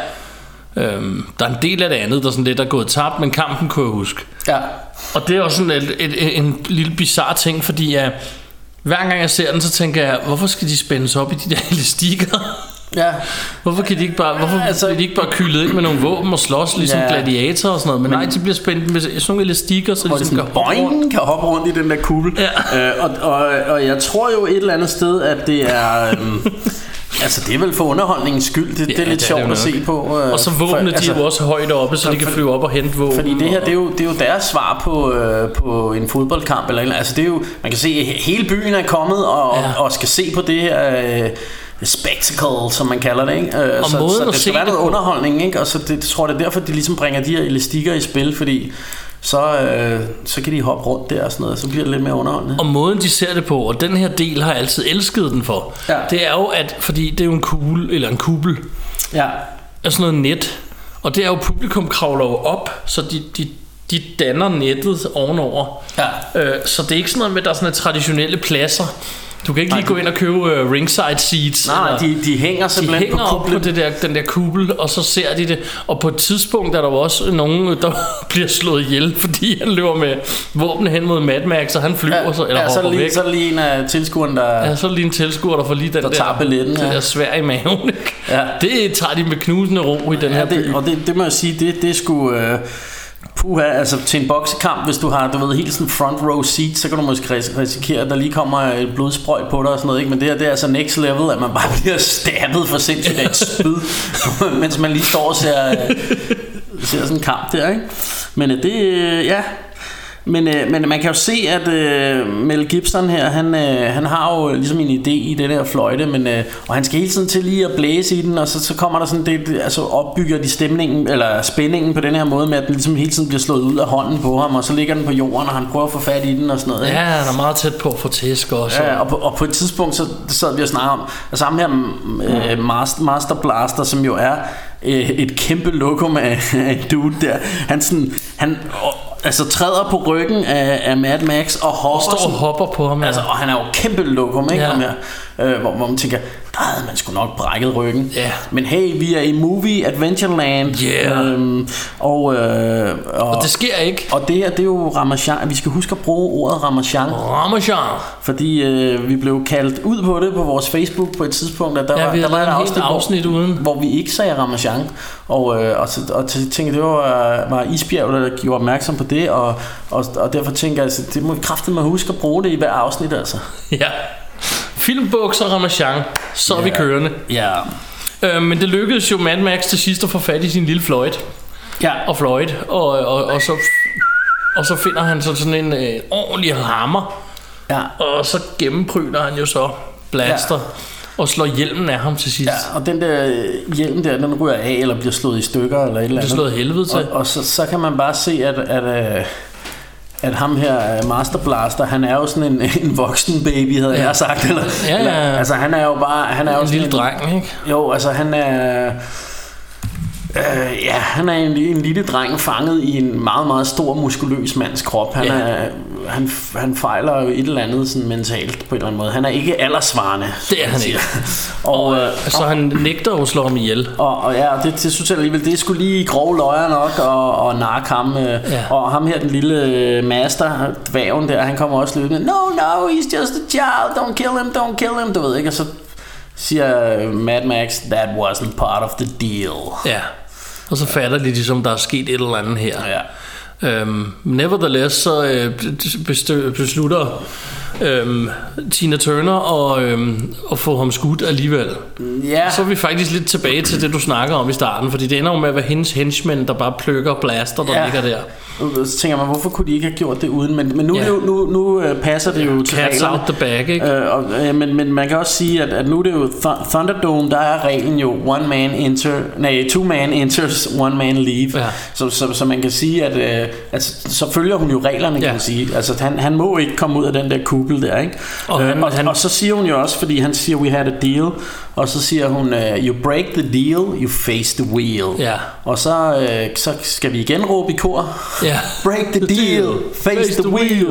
Øhm, der er en del af det andet, der sådan lidt er gået tabt, men kampen kunne jeg huske. Ja. Og det er også sådan et, et, et, en lille bizarre ting, fordi jeg, hver gang jeg ser den, så tænker jeg, hvorfor skal de spændes op i de der elastikker? Ja. Hvorfor kan de ikke bare, hvorfor altså, bliver de ikke bare kyldet ind med nogle våben og slås ligesom ja. gladiatorer og sådan noget? Men, men nej, de bliver spændt med sådan nogle elastikker, så de ligesom kan hoppe rundt. kan hoppe rundt i den der kugle. Ja. Øh, og, og, og jeg tror jo et eller andet sted, at det er øhm, altså det er vel for underholdningens skyld. Det, ja, det er lidt det er sjovt at se på. Øh, og så våbnene, de altså, er jo også højt oppe, så for, de kan flyve op og hente våben. Fordi det her, det er jo, det er jo deres svar på, øh, på en fodboldkamp eller, eller altså det er jo, man kan se, at hele byen er kommet og, ja. og, og skal se på det her øh, spectacle, som man kalder det, ikke? Øh, så, så det skal være noget underholdning, ikke? Og så det, det tror jeg, det er derfor, de ligesom bringer de her elastikker i spil, fordi så, øh, så kan de hoppe rundt der og sådan noget, så bliver det lidt mere underholdende. Og måden de ser det på, og den her del har jeg altid elsket den for, ja. det er jo at, fordi det er jo en kugle, eller en kuppel, ja. af sådan noget net, og det er jo, publikum kravler jo op, så de, de, de danner nettet ovenover. Ja. Øh, så det er ikke sådan noget med, at der er sådan nogle traditionelle pladser. Du kan ikke lige Nej, gå ind og købe uh, ringside seats. Nej, de, de hænger simpelthen de hænger på, op på det der, den der kuppel, og så ser de det. Og på et tidspunkt er der jo også nogen, der bliver slået ihjel, fordi han løber med våben hen mod Mad Max, og han flyver ja, så, eller ja, hopper så lige, væk. Så er lige en af tilskueren, der... Ja, så er lige en tilskuer, der får lige den der, der, billetten, ja. der svær i maven. Ikke? Ja. Det tager de med knusende ro i den ja, her det, by. Og det, det må jeg sige, det, det skulle... Øh, puha, altså til en boksekamp, hvis du har, du ved, helt sådan front row seat, så kan du måske risikere, at der lige kommer et blodsprøjt på dig og sådan noget, ikke? Men det her, det er altså next level, at man bare bliver stabbet for sindssygt af et spyd, mens man lige står og ser, ser sådan en kamp der, ikke? Men det, ja... Men, øh, men man kan jo se, at øh, Mel Gibson her, han, øh, han har jo ligesom en idé i det der fløjte, men, øh, og han skal hele tiden til lige at blæse i den, og så, så kommer der sådan det, altså opbygger de stemningen, eller spændingen på den her måde, med at den ligesom hele tiden bliver slået ud af hånden på ham, og så ligger den på jorden, og han prøver at få fat i den og sådan noget. Ja, han er meget tæt på at få tæsk også. Ja, og på, og på et tidspunkt, så sad vi og snakkede om, at sammen her øh, Master, Master Blaster, som jo er øh, et kæmpe lokum af, af en dude der, han sådan, han... Og, altså træder på ryggen af, af Mad Max og hopper, står og hopper på ham, ja. Altså, og han er jo kæmpe lokum, ikke? Ja. Her, øh, hvor, hvor man tænker, der havde man sgu nok brækket ryggen. Ja. Men hey, vi er i Movie Adventureland. Yeah. øhm, og, øh, og, og det sker ikke. Og det her, det er jo Ramachan. Vi skal huske at bruge ordet Ramachan. Ramachan. Fordi øh, vi blev kaldt ud på det på vores Facebook på et tidspunkt, at der ja, var, der var et afsnit, afsnit hvor, uden. hvor vi ikke sagde Ramachan. Og, øh, og, og tænkte, det var, var Isbjerg, der gjorde opmærksom på det, og, og, og derfor tænker jeg, altså, det må vi kraftedeme huske at bruge det i hver afsnit, altså. Ja. Filmbukser og Ramachan, så er ja. vi kørende. Ja. øh, Men det lykkedes jo Mad Max til sidst at få fat i sin lille fløjte. Ja. Og fløjte. Og, og, og, så, og så finder han så sådan en øh, ordentlig hammer. Ja. Og så gennempryler han jo så Blaster. Ja. Og slår hjelmen af ham til sidst. Ja, og den der hjelm der, den ryger af, eller bliver slået i stykker, eller et eller andet. Bliver slået helvede til. Og, og så, så kan man bare se, at, at, at ham her, Master Blaster, han er jo sådan en, en voksen baby, havde ja. jeg sagt. Eller, ja, ja. Eller, altså, han er jo bare... Han er en jo sådan lille en, dreng, ikke? Jo, altså, han er... Øh, ja, han er en, en lille dreng fanget i en meget, meget stor muskuløs mands krop. Han, ja. er, han, han fejler jo et eller andet sådan mentalt på en eller anden måde. Han er ikke aldersvarende. Det er han ikke. og, og, øh, så han nægter at slå ham ihjel. Og, og ja, det, det synes jeg alligevel, det skulle lige grove løjer nok og, og narke ham. Øh, ja. Og ham her, den lille master, dværgen der, han kommer også løbende. No, no, he's just a child. Don't kill him, don't kill him. Du ved ikke, og så siger Mad Max, that wasn't part of the deal. Ja. Og så fatter de ligesom, der er sket et eller andet her. Ja. Øhm, nevertheless, så øh, beslutter øhm, Tina Turner og, øhm, og få ham skudt alligevel. Ja. Så er vi faktisk lidt tilbage til det, du snakker om i starten, fordi det ender jo med at være hendes henchmen, der bare plukker blaster, der ja. ligger der. Så tænker man, hvorfor kunne de ikke have gjort det uden? Men, men nu, ja. nu, nu, nu uh, passer det jo til Cats out the bag, ikke? Uh, og, uh, men, men man kan også sige, at, at nu er det jo th- Thunderdome, der er reglen jo one man enter, nej, two man enters, one man leave. Ja. Så, så, så man kan sige, at uh, altså, så følger hun jo reglerne, kan ja. man sige. Altså han, han må ikke komme ud af den der kuppel der, ikke? Og, han, uh, og, han, og så siger hun jo også, fordi han siger, we had a deal, og så siger hun, uh, you break the deal, you face the wheel. Ja. Og så, uh, så skal vi igen råbe i kor. Ja. Break the, the deal, deal, face, face the, the wheel.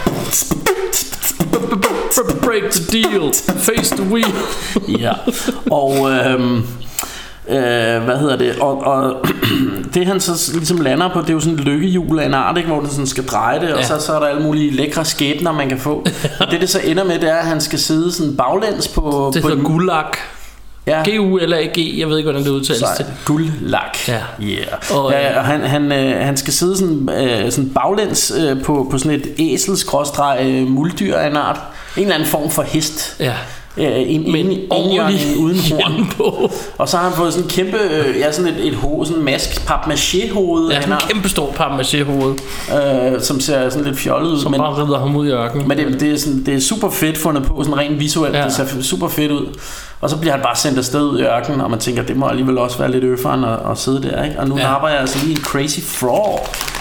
Break the deal, face the wheel. Ja. Og øhm, øh, hvad hedder det? Og, og det han så ligesom lander på, det er jo sådan et lykkehjul af en art, ikke? Hvor den sådan skal dreje det, ja. Og så, så er der alle mulige lækre skæbner man kan få. Og det det så ender med, det er at han skal sidde sådan baglæns på. Det på hedder gulag. Ja. G U L A G, jeg ved ikke hvordan det udtales til. Guldlak. Ja. Yeah. Og, ja, og han han øh, han skal sidde sådan øh, sådan baglæns øh, på på sådan et æselskråstreg øh, muldyr af en art, en eller anden form for hest. Ja. Øh, en men indjørning uden horn på. Og så har han fået sådan en kæmpe øh, ja sådan et et hoved, sådan en mask papmaché hoved. Ja, sådan en kæmpe stor papmaché hoved, øh, som ser sådan lidt fjollet ud, som men bare rider ham ud i ørkenen. Men det, det er sådan det er super fedt fundet på, sådan rent visuelt. Ja. Det ser super fedt ud. Og så bliver han bare sendt afsted ud i ørkenen, og man tænker, det må alligevel også være lidt øfferen at, at sidde der, ikke? Og nu ja. napper jeg altså lige en Crazy Frog.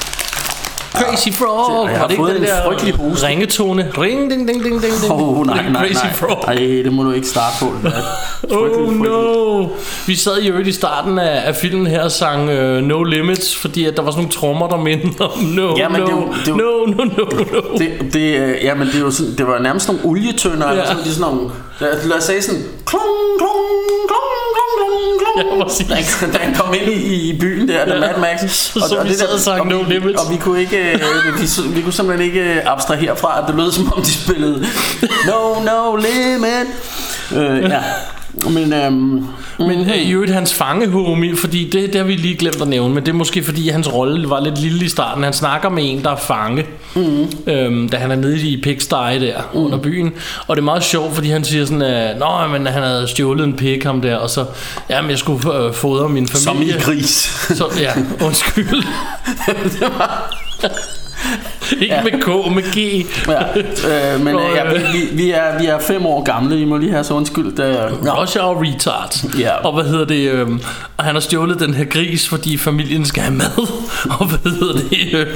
Crazy Frog. Jeg har det fået en frygtelig hoste. Ringetone. Ring, ding, ding, ding, ding, ding. Oh, nej, nej, Crazy nej. Frog. Ej, det må du ikke starte på. Oh no. Vi sad jo i starten af, af filmen her og sang uh, No Limits, fordi at der var sådan nogle trommer, der mindede om no, ja, men no, det var, det var, no, no, no, no. Det, det, ja, men det var, sådan, det var nærmest nogle olietønder, ja. Eller sådan, sådan nogle, lad os sige sådan, klung, klung, klung, klung, klung. Ja, præcis. Da han kom ind i, i byen der, der ja. Mad Max. Og, så og vi det sad og sang No Limits. Og vi kunne ikke, vi, vi kunne simpelthen ikke abstrahere fra, at det lød som om de spillede No, no limit. Øh, ja. Men, øhm, men øh, i øvrigt hans fangehomie, fordi det, det har vi lige glemt at nævne, men det er måske fordi hans rolle var lidt lille i starten. Han snakker med en, der er fange, mm. øhm, da han er nede i Pigsty der mm. under byen. Og det er meget sjovt, fordi han siger sådan, at nå, men han havde stjålet en pig ham der, og så, jamen jeg skulle øh, fodre min familie. Som i gris. Så, ja, undskyld. Det var... Ikke ja. Med K, med G. Ja, øh, men og, ja, vi, vi, er, vi er fem år gamle. I må lige have så undskyld. Også jeg er retard. Ja. Og hvad hedder det øh, og han har stjålet den her gris, fordi familien skal have mad. Og hvad hedder det øh,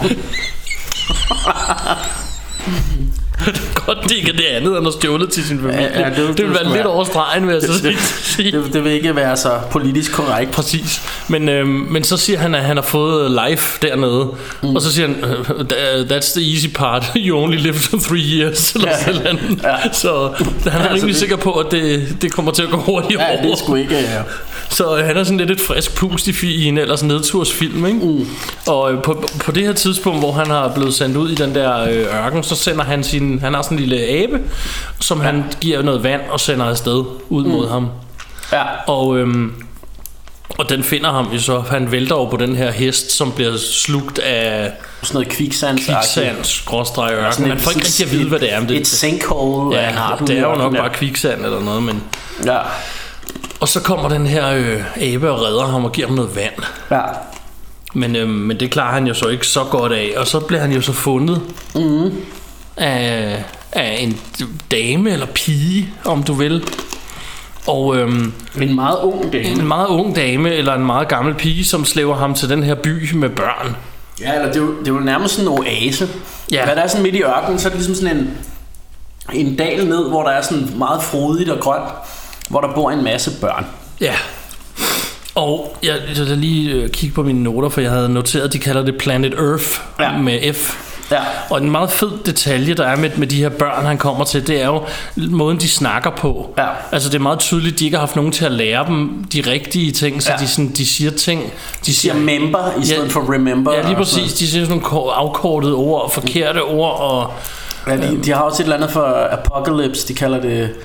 godt, det ikke er det andet, han har stjålet til sin familie. Ja, ja, det, det vil være lidt over stregen, vil jeg så sige. Det, det vil ikke være så politisk korrekt. Præcis. Men, øhm, men så siger han, at han har fået life dernede. Mm. Og så siger han, that's the easy part. You only live for three years. Eller ja. Sådan. Ja. Så han er rimelig altså, sikker på, at det, det kommer til at gå hurtigt ja, over. Det er sgu ikke, ja. Så han er sådan lidt et frisk pust i, i en ellers nedtursfilm, ikke? Mm. Og øh, på, på det her tidspunkt, hvor han har blevet sendt ud i den der øh, ørken, så sender han sin, han har sådan en lille abe, som ja. Han giver noget vand og sender afsted ud mod mm. ham. Ja. Og øhm, og den finder ham jo så. Han vælter over på den her hest, som bliver slugt af sådan noget kviksand, kviksand, skråstreg ørken. Man får ikke rigtig at vide, hvad det er. Det, et sinkhole. Ja, har det er jo nok bare kviksand eller noget, men ja. Og så kommer den her øh, abe og redder ham og giver ham noget vand. Ja. Men, øh, men det klarer han jo så ikke så godt af. Og så bliver han jo så fundet mm. af, af en dame eller pige, om du vil. Og øhm, en meget ung dame. En meget ung dame eller en meget gammel pige, som slæver ham til den her by med børn. Ja, eller det er jo, det er jo nærmest sådan en oase. Ja. Hvad der er sådan midt i ørkenen, så er det ligesom sådan en en dal ned, hvor der er sådan meget frodigt og grønt, hvor der bor en masse børn. Ja. Og jeg skal lige kigge på mine noter, for jeg havde noteret, de kalder det Planet Earth, ja. Med F. Ja. Og en meget fed detalje, der er med, med de her børn, han kommer til, det er jo måden, de snakker på. Ja. Altså det er meget tydeligt, de ikke har haft nogen til at lære dem de rigtige ting, så ja. de, sådan, de siger ting. De siger member i stedet ja, for remember. Ja, lige præcis. De siger sådan nogle afkortede ord og forkerte ord. Og, ja, de, de har også et eller andet for apocalypse, de kalder det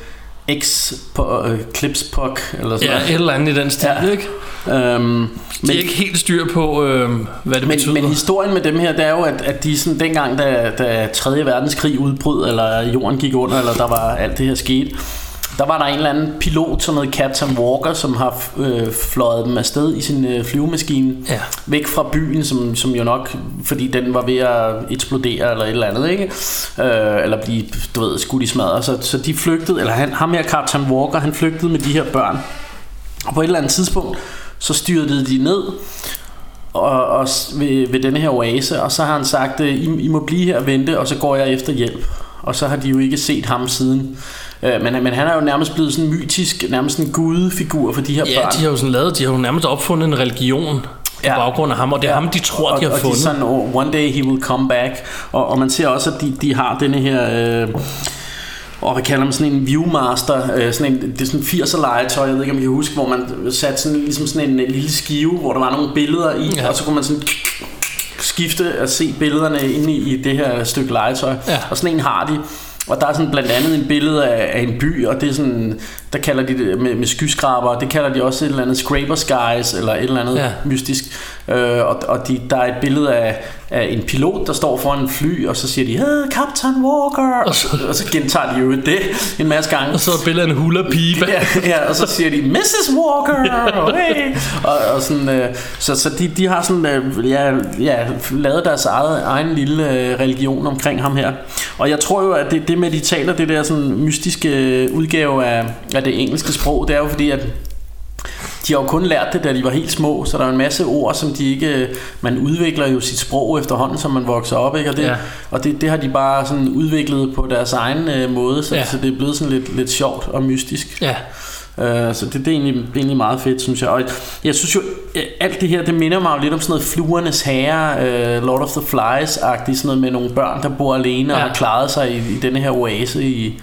X på øh, Klipspok eller sådan ja, noget. et eller andet i den stil, ja. Ikke? Øhm, de er ikke helt styr på, øh, hvad det men, betyder. Men historien med dem her, det er jo, at, at de sådan dengang, da, da tredje verdenskrig udbrød, eller jorden gik under, eller der var alt det her skete, der var der en eller anden pilot, som hed Captain Walker, som har øh, fløjet dem afsted i sin øh, flyvemaskine, ja. væk fra byen, som, som jo nok, fordi den var ved at eksplodere eller et eller andet, ikke? Øh, eller blive, du ved, skudt i smadret. Så, så de flygtede, eller han, ham her, Captain Walker, han flygtede med de her børn. Og på et eller andet tidspunkt, så styrtede de ned og, og ved, ved denne her oase, og så har han sagt, I, I må blive her og vente, og så går jeg efter hjælp. Og så har de jo ikke set ham siden. Men, men han er jo nærmest blevet sådan mytisk, nærmest en gudefigur for de her ja, børn. Ja, de har jo sådan lavet, de har jo nærmest opfundet en religion på ja. baggrund af ham, og det er ja. ham, de tror, og, de har og fundet. Og de er sådan, oh, one day he will come back. Og, og man ser også, at de, de har denne her... Øh, og hvad kalder man sådan en Viewmaster, øh, sådan en, det er sådan en firser legetøj, jeg ved ikke om I kan huske, hvor man satte sådan, ligesom sådan en, en lille skive, hvor der var nogle billeder i, ja. og så kunne man sådan skifte at se billederne inde i, i det her stykke legetøj, ja. og sådan en har de. Og der er sådan blandt andet en billede af, af en by, og det er sådan, der kalder de det med, med skyskraber, det kalder de også et eller andet scraper skies, eller et eller andet ja. mystisk. Øh, og og de, der er et billede af, af en pilot, der står foran en fly, og så siger de, hey, Captain Walker, og så, og så gentager de jo det en masse gange. Og så er billedet af en hula-pibe. Ja, ja, og så siger de, missus Walker, hey. og, og sådan, øh, så, så de, de har sådan, øh, ja, ja, lavet deres eget, egen lille øh, religion omkring ham her. Og jeg tror jo, at det, det med, de taler det der sådan mystiske udgave af, af det engelske sprog, det er jo fordi, at de har jo kun lært det, da de var helt små, så der er en masse ord, som de ikke... Man udvikler jo sit sprog efterhånden, som man vokser op, ikke? Og, det, ja. og det, det har de bare sådan udviklet på deres egen øh, måde, så, ja. så det er blevet sådan lidt, lidt sjovt og mystisk. Ja. Uh, så det, det, er egentlig, det er egentlig meget fedt, synes jeg. Og jeg synes jo, alt det her, det minder mig jo lidt om sådan noget Fluernes Herre, uh, Lord of the Flies-agtigt, sådan noget med nogle børn, der bor alene ja. og har klaret sig i, i denne her oase i...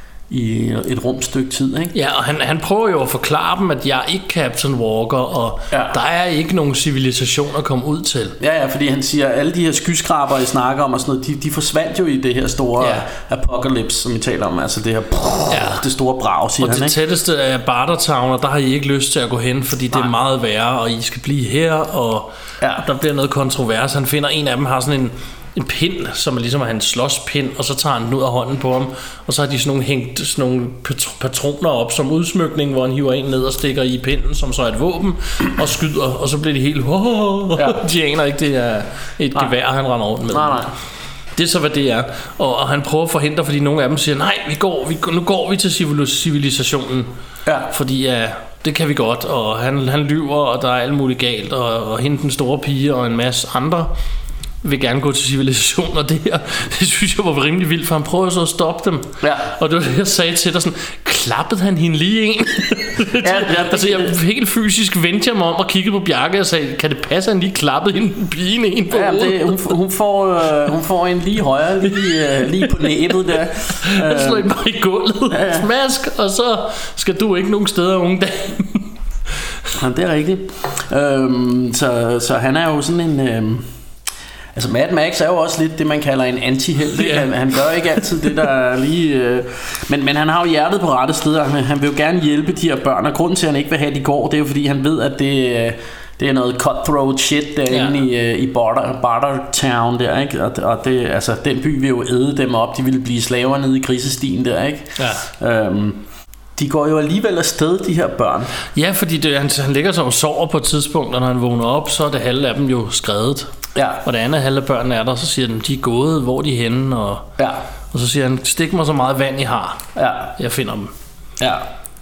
i et rumstykke tid, ikke? Ja, og han, han prøver jo at forklare dem, at jeg er ikke Captain Walker, og ja. der er ikke nogen civilisation at komme ud til. Ja, ja, fordi han siger, at alle de her skyskraber, I snakker om og sådan noget, de, de forsvandt jo i det her store ja. apocalypse, som vi taler om, altså det her brrr, ja. det store brag, siger og han, det ikke? tætteste er Bartertown, og der har I ikke lyst til at gå hen, fordi det Nej. er meget værre, og I skal blive her, og ja. der bliver noget kontrovers. Han finder, en af dem har sådan en en pind, som er ligesom en slåspind, og så tager han den ud af hånden på ham, og så har de sådan nogle hængt sådan nogle patroner op som udsmykning, hvor han hiver en ned og stikker i pinden, som så er et våben, og skyder, og så bliver de helt oh, ja. de aner ikke, det er et nej. gevær, han render rundt med. Nej, nej. Det er så, hvad det er. Og, og han prøver at forhindre, fordi nogle af dem siger, nej, vi går, vi, nu går vi til civilisationen, ja. fordi ja, det kan vi godt, og han, han lyver, og der er alt muligt galt, og, og hende den store pige og en masse andre vil gerne gå til civilisation, og det her, det synes jeg var rimelig vildt, for han prøver så at stoppe dem. Ja. Og det var det, jeg sagde til dig, sådan, klappede han hende lige en? ja, ja, altså, jeg helt fysisk vendte mig om og kiggede på Bjarke og sagde, kan det passe, at han lige klappede hende pigen en på ja, det, hun, hun, får, øh, hun får en lige højre, lige, øh, lige på næbet der. Han slår ikke bare i gulvet. Ja, ja. Smask, og så skal du ikke nogen steder, unge dame. Ja, det er rigtigt. Øhm, så, så han er jo sådan en... Øhm Altså Mad Max er jo også lidt det, man kalder en anti-helt. Yeah. Han, han gør ikke altid det, der er lige... Øh, men, men han har jo hjertet på rette steder. Han, han vil jo gerne hjælpe de her børn, og grunden til, at han ikke vil have, at de går, det er jo fordi, han ved, at det, det er noget cutthroat shit derinde yeah. i, i Barter, Bartertown der, ikke? Og, og det, altså, den by vil jo æde dem op. De ville blive slaver nede i grisestien der, ikke? Yeah. Øhm, De går jo alligevel afsted, de her børn. Ja, fordi det, han, han ligger sig og sover på et tidspunkt, og når han vågner op, så er det halve af dem jo skredet. Ja. Og det andet halve af børnene er der, så siger de, de er gået, hvor de er henne, og, ja. og så siger han, stik mig så meget vand I har, ja. jeg finder dem. Ja.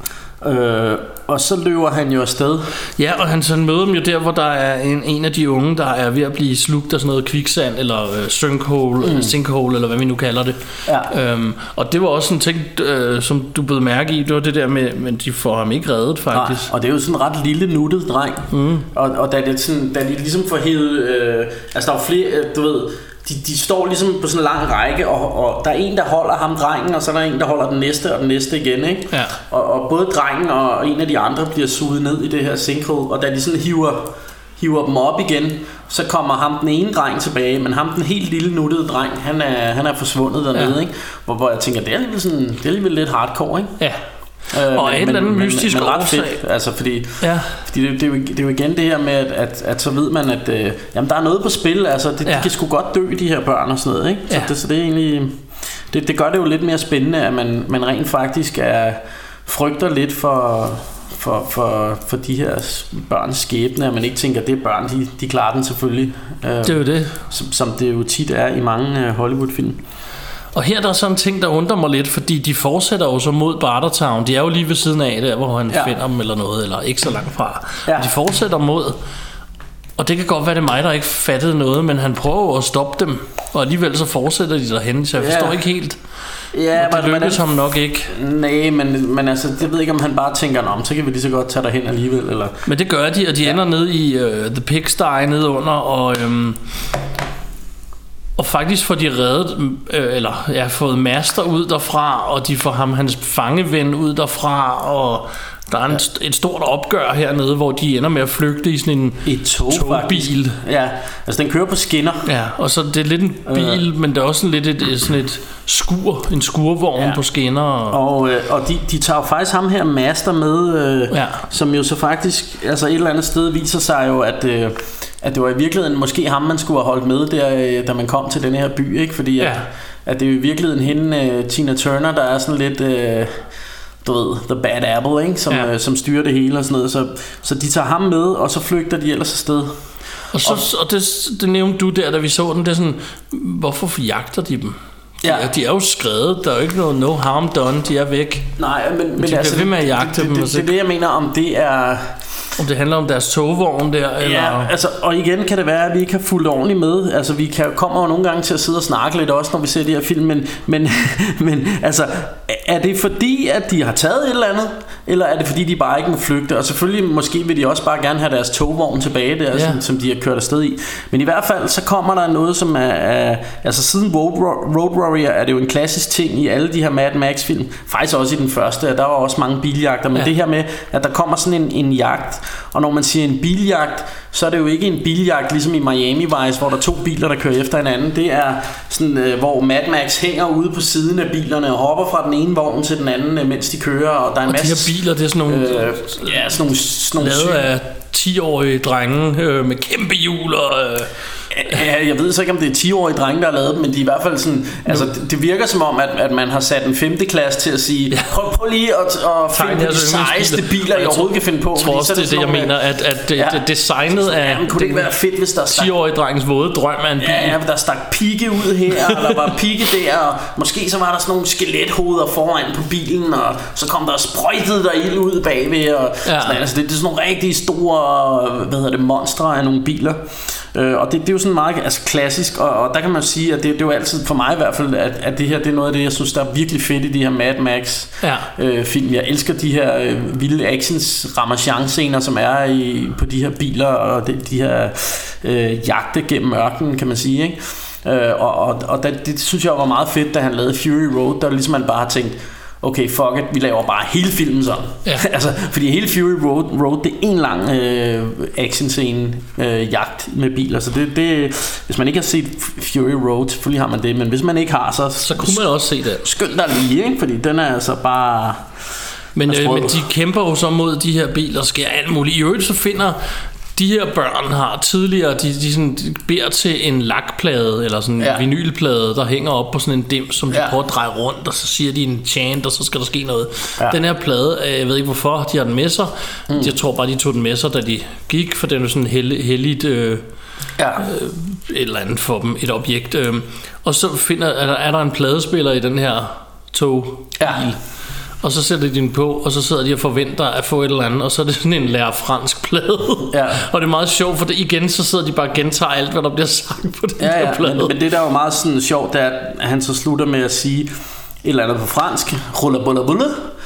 Øh, og så løber han jo afsted. Ja, og han, han møder dem jo der, hvor der er en, en af de unge, der er ved at blive slugt af sådan noget kviksand, eller øh, sinkhole, mm. sinkhole, eller hvad vi nu kalder det. Ja. Øhm, og det var også en ting, øh, som du blev mærke i, det var det der med, men de får ham ikke reddet faktisk. Nej, og det er jo sådan en ret lille nuttet dreng. Mm. Og, og da, det sådan, da de ligesom får hævet, øh, altså der er flere, øh, du ved, De, de står ligesom på sådan en lang række, og, og der er en, der holder ham, drengen, og så er der en, der holder den næste, og den næste igen, ikke? Ja. Og, og både drengen og en af de andre bliver suget ned i det her sinkhole, og da de sådan hiver, hiver dem op igen, så kommer ham den ene dreng tilbage, men ham den helt lille nuttede dreng, han er, han er forsvundet dernede, ja. Ikke? Hvor, hvor jeg tænker, det er alligevel, sådan, det er alligevel lidt hardcore, ikke? Ja. Øh, og men, et eller andet mystisk men, men ret årsag. fedt, altså fordi, ja. fordi det, det, er jo, det er jo igen det her med, at, at, at så ved man, at øh, jamen, der er noget på spil. Altså, det, ja. de kan sgu godt dø, de her børn og sådan noget. Ikke? Så, ja. det, så det er egentlig... Det, det gør det jo lidt mere spændende, at man, man rent faktisk er, frygter lidt for... For, for, for de her børns skæbne, at man ikke tænker, at det er børn, de, de klarer den selvfølgelig. Øh, det er jo det. Som, som det jo tit er i mange øh, Hollywood-film. Og her der er sådan en ting, der undrer mig lidt, fordi de fortsætter jo så mod Bartertown. De er jo lige ved siden af der, hvor han ja. finder dem eller noget, eller ikke så langt fra. Ja. De fortsætter mod, og det kan godt være, det er mig, der ikke fattede noget, men han prøver at stoppe dem, og alligevel så fortsætter de derhen, så jeg forstår ja. ikke helt. Ja, og det lykkes ham nok ikke. Nej, men, men altså, jeg ved ikke, om han bare tænker, nå, så kan vi lige så godt tage derhen alligevel, eller... Men det gør de, og de ja. ender ned i uh, The Pigsty nede under, og... Um, Og faktisk får de reddet, øh, eller ja, fået Master ud derfra, og de får ham, hans fangeven ud derfra, og der er en, ja. et stort opgør hernede, hvor de ender med at flygte i sådan en et tog, togbil. Ja, altså den kører på skinner. Ja, og så det er lidt en bil, øh. men det er også lidt et, sådan et skur, en skurvogn ja. på skinner. Og, og, øh, og de, de tager faktisk ham her Master med, øh, ja. som jo så faktisk, altså et eller andet sted viser sig jo, at... Øh, at det var i virkeligheden måske ham, man skulle have holdt med der, da man kom til den her by, ikke? Fordi at, ja. at det er jo i virkeligheden hende, Tina Turner, der er sådan lidt, øh, du ved, the bad apple, ikke? Som, ja. øh, som styrer det hele og sådan noget. Så, så de tager ham med, og så flygter de ellers afsted. Og, så, og, og det, det nævnte du der, da vi så den, det er sådan, hvorfor jagter de dem? De, ja. er, de er jo skrevet, der er jo ikke noget no harm done, de er væk. Nej, men, men de bliver altså, ved med at jagte det, dem. Det, det, det er det, jeg mener, om det er... Om det handler om deres togvogn der, eller... Ja, altså, og igen kan det være, at vi ikke har fulgt ordentligt med. Altså, vi kan, kommer jo nogle gange til at sidde og snakke lidt også, når vi ser de her film, men, men, men altså, er det fordi, at de har taget et eller andet, eller er det fordi, de bare ikke må flygte? Og selvfølgelig, måske vil de også bare gerne have deres togvogn tilbage der, ja. som, som de har kørt afsted i. Men i hvert fald, så kommer der noget, som er... er altså, siden Road, Road Warrior er det jo en klassisk ting i alle de her Mad Max-film. Faktisk også i den første, der var også mange biljagter, men ja. det her med, at der kommer sådan en, en jagt. Og når man siger en biljagt, så er det jo ikke en biljagt ligesom i Miami Vice, hvor der er to biler, der kører efter hinanden. Det er sådan, øh, hvor Mad Max hænger ude på siden af bilerne og hopper fra den ene vogn til den anden, øh, mens de kører. Og der er en og masse... de her biler, det er sådan nogle... Øh, ja, sådan nogle... Sådan nogle lavet af ti-årige drenge øh, med kæmpe hjul og... Øh, Ja, jeg ved så ikke, om det er ti-årige drenge, der har lavet dem, men de er i hvert fald sådan... Altså, det, det virker som om, at, at man har sat en femte klasse til at sige, ja. prøv, prøv lige at, at finde på de sejeste biler, jeg overhovedet kan finde på. Jeg tror også, det er det, jeg mener, at, at ja. designet af... Jamen, kunne det ikke være fedt, hvis der stak... ti-årige drengens våde drøm af en bil. Ja, ja, der stak pigge ud her, og der var pigge der, og måske så var der sådan nogle skelethoveder foran på bilen, og så kom der sprøjtet der ild ud bagved, og ja. sådan, altså, det, det er sådan nogle rigtig store, hvad hedder det, monstre af nogle biler. Øh, og det, det er jo sådan meget altså, klassisk, og, og der kan man sige, at det, det er jo altid for mig i hvert fald, at, at det her, det er noget af det, jeg synes, der er virkelig fedt i de her Mad Max ja. øh, film. Jeg elsker de her øh, vilde actions ramachan-scener, som er i, på de her biler, og de, de her øh, jagte gennem ørkenen, kan man sige, ikke? Øh, og og, og det, det synes jeg var meget fedt, da han lavede Fury Road, der ligesom man bare har tænkt, okay, fuck it, vi laver bare hele filmen sådan. Ja. Altså, fordi hele Fury Road, Road det er en lang øh, actionscene, øh, jagt med biler. Så det, det, hvis man ikke har set Fury Road, selvfølgelig har man det, men hvis man ikke har, så... Så kunne man også se det. Skynd dig lige, ikke? Fordi den er altså bare... Men, øh, men de kæmper jo så mod de her biler, sker alt muligt. I øvrigt så finder... De her børn har tidligere, de, de, sådan, de beder til en lakplade, eller sådan en ja. vinylplade, der hænger op på sådan en dims, som de ja. prøver at dreje rundt, og så siger de en chant, og så skal der ske noget. Ja. Den her plade, jeg ved ikke hvorfor, de har den med sig. Mm. Jeg tror bare, de tog den med sig, da de gik, for den er sådan hellig, helligt øh, ja. øh, et eller andet for dem, et objekt. Øh. Og så finder, er, der, er der en pladespiller i den her togbil. Ja. Og så sætter de den på, og så sidder de og forventer at få et eller andet, og så er det sådan en lærer fransk plade. Ja. Og det er meget sjovt, for det igen, så sidder de bare og gentager alt, hvad der bliver sagt på den ja, ja. der plade. Men, men det der er jo meget sådan sjovt, det er, at han så slutter med at sige et eller andet på fransk, rulle bulle bulle.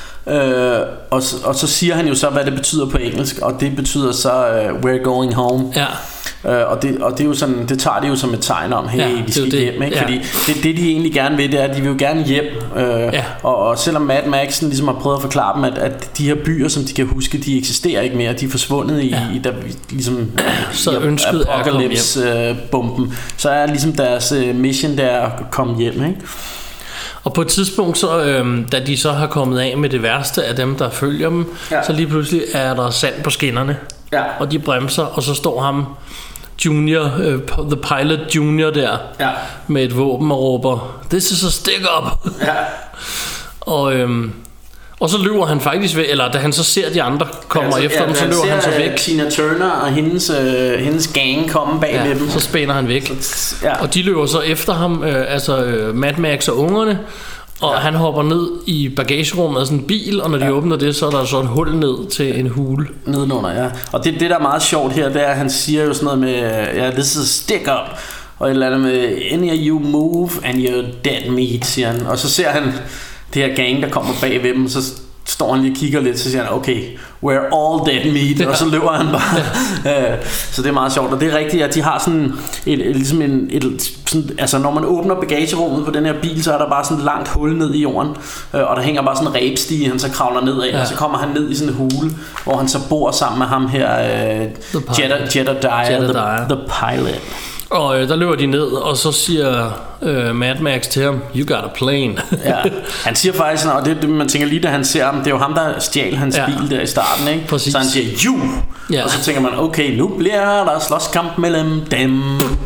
Øh, og, og så siger han jo så, hvad det betyder på engelsk, og det betyder så uh, we're going home. Ja. Uh, og, det, og det er jo sådan, det tager de jo som et tegn om, hey, ja, vi skal hjem, ikke? Ja. Fordi det, det de egentlig gerne vil, det er, at de vil jo gerne hjem. Uh, ja. og, og selvom Mad Maxen ligesom har prøvet at forklare dem, at, at de her byer, som de kan huske, de eksisterer ikke mere, de er forsvundet i, ja. i der, ligesom så ønsket apocalypse-bomben, så er ligesom deres uh, mission der at komme hjem, ikke? Og på et tidspunkt, så, øhm, da de så har kommet af med det værste af dem, der følger dem, ja. så lige pludselig er der sand på skinnerne. Ja. Og de bremser, og så står ham Junior, øh, The Pilot Junior der, ja. med et våben og råber, "This is a stick-up!" Ja. og, øhm, og så løber han faktisk væk, eller da han så ser de andre kommer ja, så, efter ja, dem, så løber han så væk. Tina Turner og hendes, øh, hendes gang komme bag ja, med dem. Så spænder han væk. Så, ja. Og de løber så efter ham, øh, altså øh, Mad Max og ungerne. Og ja. han hopper ned i bagagerummet af sådan en bil, og når de ja. åbner det, så er der så et hul ned til en hule. Nedenunder, ja. Og det, det der er meget sjovt her, det er, at han siger jo sådan noget med, ja, this is a stick up. Og et eller andet med, any of you move and you're dead meat, siger han. Og så ser han det her gang, der kommer bag ved dem, så står han lige og kigger lidt, så siger han, okay, we're all dead meat, ja. og så løber han bare. Ja. Så det er meget sjovt, og det er rigtigt, at de har sådan et, et, ligesom en, et, sådan, altså når man åbner bagagerummet på den her bil, så er der bare sådan et langt hul ned i jorden, og der hænger bare sådan en ræbstige, han så kravler ned af, ja. og så kommer han ned i sådan en hule, hvor han så bor sammen med ham her, uh, Jedediah, the, the Pilot. Og øh, der løber de ned, og så siger øh, Mad Max til ham, "You got a plane." Ja, han siger faktisk, og det, det man tænker lige da han ser ham, det er jo ham der stjal hans ja. bil der i starten, ikke? Præcis. Så han siger "you", ja. og så tænker man, okay, nu bliver der slåskamp mellem dem.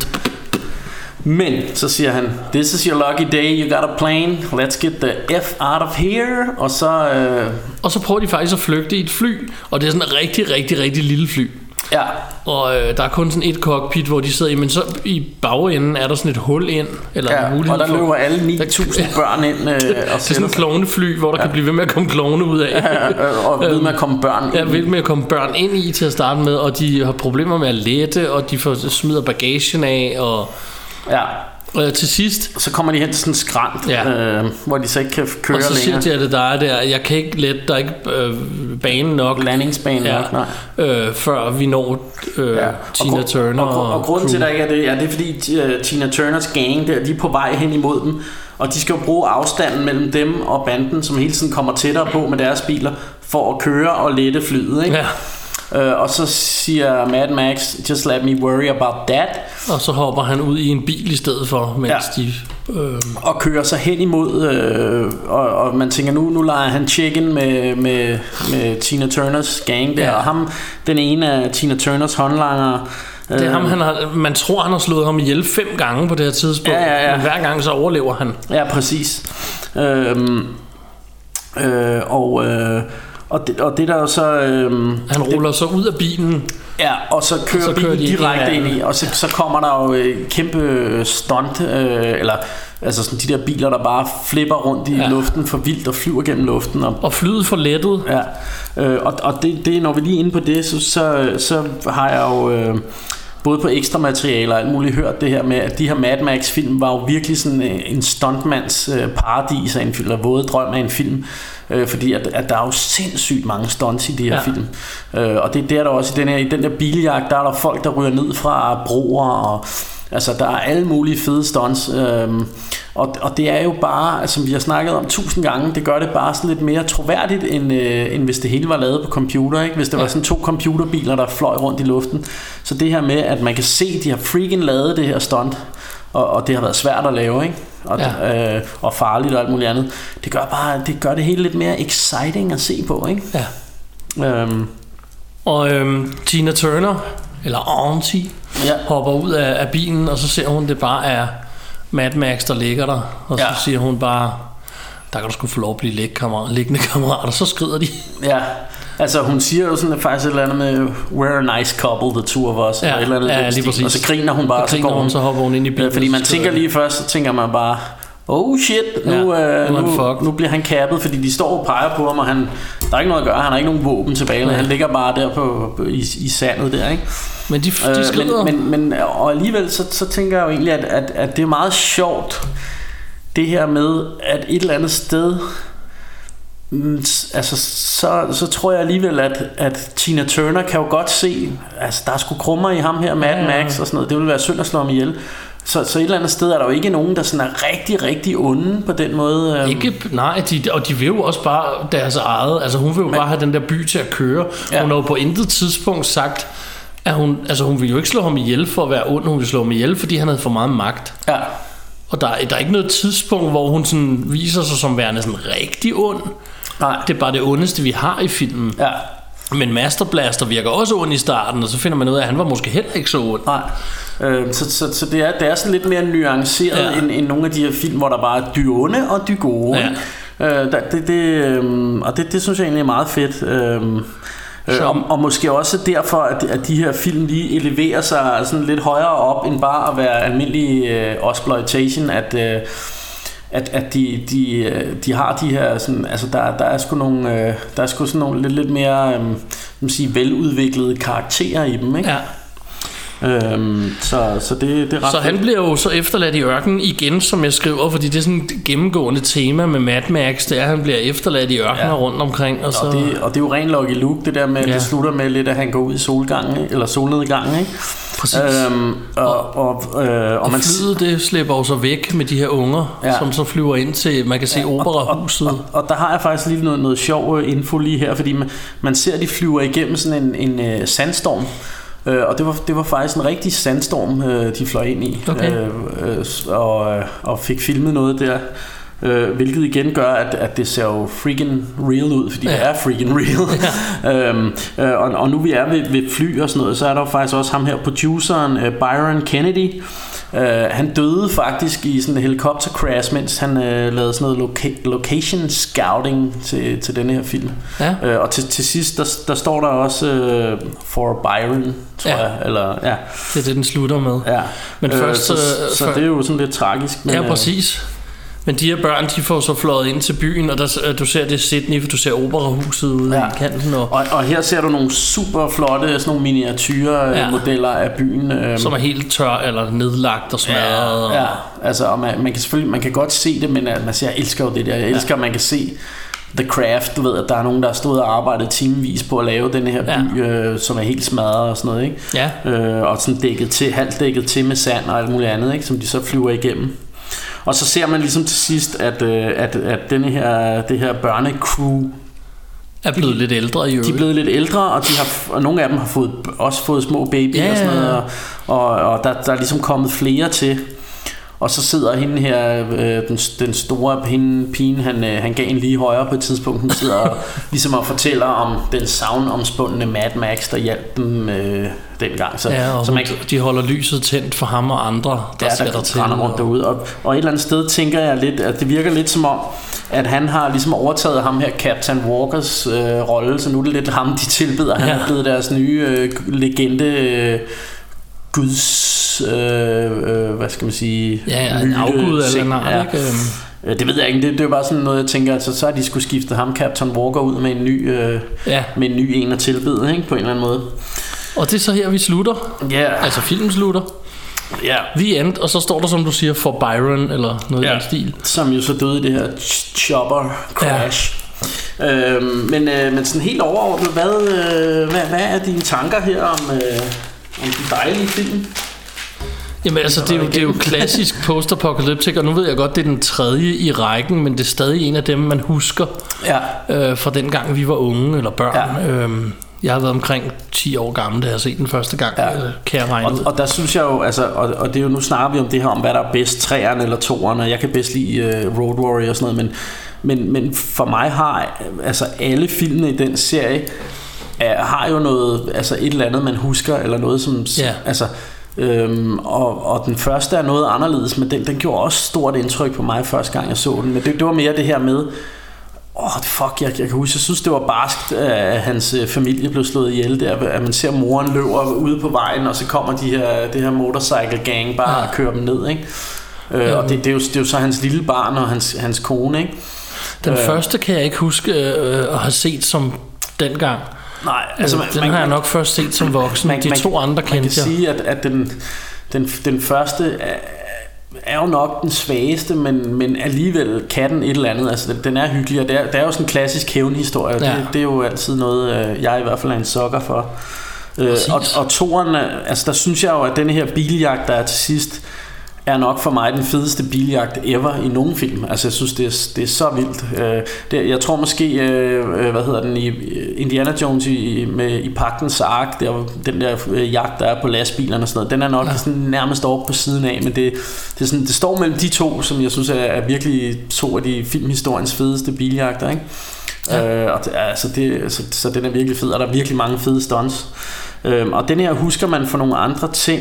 Men så siger han, "This is your lucky day, you got a plane, let's get the F out of here." Og så øh... og så prøver de faktisk at flygte i et fly, og det er sådan et rigtig, rigtig, rigtig lille fly. Ja. Og øh, der er kun sådan et cockpit, hvor de sidder i, men så i bagenden er der sådan et hul ind, eller ja, en mulighed og der løber alle ni tusind børn ind. Øh, og det er sådan en klovnefly, hvor der ja. kan blive ved med at komme klovne ud af. Ja, og ved med at komme børn ind. Ja, ved med at komme børn ind i til at starte med, og de har problemer med at lette, og de får smider bagagen af, og ja. Og til sidst så kommer de hen til sådan en skrant, ja. øh, hvor de så ikke kan køre længere. Og så siger de, at det der er der, jeg kan ikke lette, der er ikke øh, banen nok, landingsbanen ja, nok, nej. Øh, før vi når øh, ja. Tina og, Turner og, og, og, og grunden til, at der ikke er det, ja, det er fordi uh, Tina Turners gang der, de er på vej hen imod dem, og de skal jo bruge afstanden mellem dem og banden, som hele tiden kommer tættere på med deres biler, for at køre og lette flyet, ikke? Ja. Uh, og så siger Mad Max, "Just let me worry about that." Og så hopper han ud i en bil i stedet for, mens ja. de øh... og kører så hen imod øh, og, og man tænker, nu, nu leger han chicken med, med, med Tina Turners gang der, ja. og ham, den ene af Tina Turners håndlangere, det er ham, han har, man tror han har slået ham ihjel fem gange på det her tidspunkt, ja, ja, ja. men hver gang så overlever han. Ja, præcis. øhm, øh, og øh, Og det, og det der jo så øhm, han ruller det, så ud af bilen. Ja, og så kører, og så kører bilen direkte ind i, og så, så kommer der jo et kæmpe stunt, øh, eller altså sådan de der biler, der bare flipper rundt i ja. luften for vildt og flyver gennem luften. Og, og flyet for lettet. Ja, øh, og, og det, det, når vi lige er inde på det, så, så, så har jeg jo øh, både på ekstra materialer og alt muligt hørt det her med, at de her Mad Max film var jo virkelig sådan en stuntmands øh, paradis af en film, eller våde drøm af en film. Øh, fordi at, at der er jo sindssygt mange stunts i de her ja. film, øh, og det, det er der også i den her, i den der biljagt, der er der folk der ryger ned fra broer, og altså der er alle mulige fede stunts, øh, og, og det er jo bare, som vi har snakket om tusind gange, det gør det bare sådan lidt mere troværdigt end, øh, end hvis det hele var lavet på computer, ikke? Hvis det ja. var sådan to computerbiler der fløj rundt i luften. Så det her med at man kan se, de har freaking lavet det her stunt, og, og det har været svært at lave, ikke? Og, ja. øh, og farligt og alt muligt andet. Det gør bare, det gør det hele lidt mere exciting at se på, ikke? Ja. Øhm. Og øhm, Tina Turner eller Auntie ja. hopper ud af, af bilen, og så ser hun det bare er Mad Max der ligger der, og så ja. siger hun bare, der kan du sgu få lov at blive liggende kammerater, så skrider de. Ja. Altså hun siger jo sådan at faktisk et eller andet med "We're a nice couple, the two of us", ja, eller et eller andet, ja, lige præcis. Og så griner hun bare, og så, griner så, hun, så hopper hun ind i bilen. Fordi man tænker lige først, så tænker man bare, oh shit, nu, ja, øh, nu, nu bliver han kappet, fordi de står og peger på ham, og han, der er ikke noget at gøre, han har ikke nogen våben tilbage, ja. han ligger bare der på, på i, i sandet der, ikke? Men de, de skrider. Øh, men, men, men, og alligevel så, så tænker jeg jo egentlig, at, at, at det er meget sjovt, det her med, at et eller andet sted, altså så, så tror jeg alligevel at, at Tina Turner kan jo godt se, altså der er sgu krummer i ham her, Mad Max og sådan noget, det vil være synd at slå ham ihjel. Så, så et eller andet sted er der jo ikke nogen, der sådan er rigtig, rigtig onde på den måde. Ikke, nej, de, og de vil jo også bare deres eget, altså hun vil jo men, bare have den der by til at køre. Ja. Hun har jo på intet tidspunkt sagt, at hun, altså hun vil jo ikke slå ham ihjel for at være ond, hun vil slå ham ihjel, fordi han havde for meget magt. Ja. Og der, der er ikke noget tidspunkt, hvor hun sådan viser sig som værende sådan rigtig ond. Nej. Det er bare det ondeste, vi har i filmen. Ja. Men Master Blaster virker også ond i starten, og så finder man ud af, at han var måske heller ikke så ond. Nej. Øh, så så, så det, er, det er sådan lidt mere nuanceret ja. end, end nogle af de her film, hvor der bare er dy onde og dy gode. Ja. Øh, der, det, det, øh, og det, det synes jeg egentlig er meget fedt. Øh, øh, og, og måske også derfor, at, at de her film lige eleverer sig sådan lidt højere op, end bare at være almindelig øh, exploitation, at... Øh, At, at de, de, de har de her sådan, altså der, der er sgu nogle der er sgu sådan nogle lidt, lidt mere um, sige, veludviklede karakterer i dem, ikke? Ja. Øhm, så, så det, det er ret Så han bliver jo så efterladt i ørkenen igen, som jeg skriver, fordi det er sådan et gennemgående tema med Mad Max, det er, at han bliver efterladt i ørkener ja. rundt omkring. Og, så... og, det, og det er jo ren Lucky Luke, det der med, ja. det slutter med lidt, at han går ud i solgangen, eller solnedgangen, ikke? Præcis. Øhm, og, og, og, øh, og, og man flyet, det slipper jo så væk med de her unger, ja. som så flyver ind til, man kan se ja, operahuset. Og, og, og, og der har jeg faktisk lige noget, noget sjov info lige her, fordi man, man ser, at de flyver igennem sådan en, en uh, sandstorm. Uh, og det var, det var faktisk en rigtig sandstorm, uh, de fløj ind i, okay. uh, uh, og, og fik filmet noget der. Uh, hvilket igen gør, at, at det ser jo freaking real ud, fordi ja. det er freaking real. Ja. um, uh, og, og nu vi er ved, ved fly og sådan noget, så er der faktisk også ham her, produceren uh, Byron Kennedy. Uh, han døde faktisk i sådan en helikopter crash, mens han uh, lavede sådan noget loca- location scouting til, til denne her film. Ja. Uh, og til, til sidst, der, der står der også uh, for Byron, tror ja. jeg. Eller, ja. Det er det, den slutter med. Ja. Men uh, først, så, så, så det er jo sådan lidt tragisk. Men, ja, præcis. Men de her børn, de får så fløjet ind til byen, og der, du ser det Sydney, for du ser operahuset ude ja. i kanten. Og... Og, og her ser du nogle super flotte, sådan nogle miniatyre ja. modeller af byen. Øhm. Som er helt tør eller nedlagt og smadret. Ja, ja. Altså, og man, man kan selvfølgelig, man kan godt se det, men man siger, jeg elsker jo det der. Jeg elsker, ja. at man kan se The Craft, du ved, at der er nogen, der har stået og arbejdet timevis på at lave den her by, ja. øh, som er helt smadret og sådan noget, ikke? Ja. Øh, og sådan dækket til, halvt dækket til med sand og alt muligt andet, ikke? Som de så flyver igennem. Og så ser man ligesom til sidst, at, øh, at, at denne her, det her børnecrew er blevet de, lidt ældre i øvrigt. De er blevet lidt ældre, og, de har, og nogle af dem har fået, også fået små babyer ja, og sådan noget, og, og, og der, der er ligesom kommet flere til. Og så sidder hende her, øh, den, den store hende, pigen, han, øh, han gav en lige højere på et tidspunkt. Hun sidder og, ligesom og fortæller om den savnomspundne Mad Max, der hjalp dem øh, dengang. Så, ja, og så man, de holder lyset tændt for ham og andre, der ja, ser der, der til. rundt og... derude. Og, og et eller andet sted tænker jeg lidt, at det virker lidt som om, at han har ligesom overtaget ham her, Captain Walkers øh, rolle, så nu er det lidt ham, de tilbeder. Han ja. er blevet deres nye øh, legende... Øh, Guds, øh, øh, hvad skal man sige, ja, en afgud eller noget, ja. ikke? Det ved jeg ikke, det, det er bare sådan noget, jeg tænker, altså, så har de skulle skifte ham, Captain Walker, ud med en ny, øh, ja. med en ny en at tilbede, ikke? På en eller anden måde. Og det er så her, vi slutter. Ja. Yeah. Altså filmen slutter. Ja. Yeah. The end, og så står der, som du siger, for Byron, eller noget yeah. i den stil. Som jo så døde i det her chopper crash. Ja. Øhm, men, øh, men sådan helt overordnet, hvad, øh, hvad, hvad er dine tanker her om... Øh, om den dejlige film? Jamen altså, det er, jo, det er jo klassisk post-apocalyptic, og nu ved jeg godt, det er den tredje i rækken, men det er stadig en af dem, man husker ja. øh, fra den gang, vi var unge eller børn. Ja. Øhm, jeg har været omkring ti år gammel, da jeg har set den første gang, ja. øh, kan jeg regne og, ud. Og der synes jeg jo, altså, og, og det er jo, nu snakker vi om det her, om hvad der er bedst, treeren eller toeren, og jeg kan bedst lide uh, Road Warrior og sådan noget, men, men, men for mig har altså alle filmene i den serie, er, har jo noget, altså et eller andet, man husker, eller noget, som... Ja. Altså, øhm, og, og den første er noget anderledes, men den, den gjorde også stort indtryk på mig første gang, jeg så den. Men det, det var mere det her med... Åh, oh, fuck, jeg, jeg kan huske, jeg synes, det var barskt, at hans familie blev slået ihjel der, at man ser moren løber ude på vejen, og så kommer de her, det her motorcycle gang bare ja. og kører dem ned, ikke? Øh, ja. Og det, det, er jo, det er jo så hans lille barn og hans, hans kone, ikke? Den øh, første kan jeg ikke huske øh, at have set som dengang. Nej, altså man, den man, har jeg nok først set som voksen. Man, De man, to andre kendte jeg. Man kan sige, at, at den, den, den første er, er jo nok den svageste, men, men alligevel kan den et eller andet. Altså, den er hyggelig, og det er, det er jo sådan en klassisk hævnhistorie. Ja. Det, det er jo altid noget, jeg i hvert fald er en sokker for. Øh, og, og toren, altså der synes jeg jo, at denne her biljagt, der er til sidst, er nok for mig den fedeste biljagt ever i nogen film. Altså jeg synes det er, det er så vildt. Øh, det, jeg tror måske øh, hvad hedder den i Indiana Jones i, med, i Pagtens Ark, der, den der øh, jagt der er på lastbilerne og sådan noget, den er nok ja. sådan nærmest over på siden af, men det, det, er sådan, det står mellem de to, som jeg synes er, er virkelig to af de filmhistoriens fedeste biljagter, ikke? Ja. Øh, og det, altså det, så, så den er virkelig fed, og der er virkelig mange fede stunts. Øh, og den her husker man for nogle andre ting.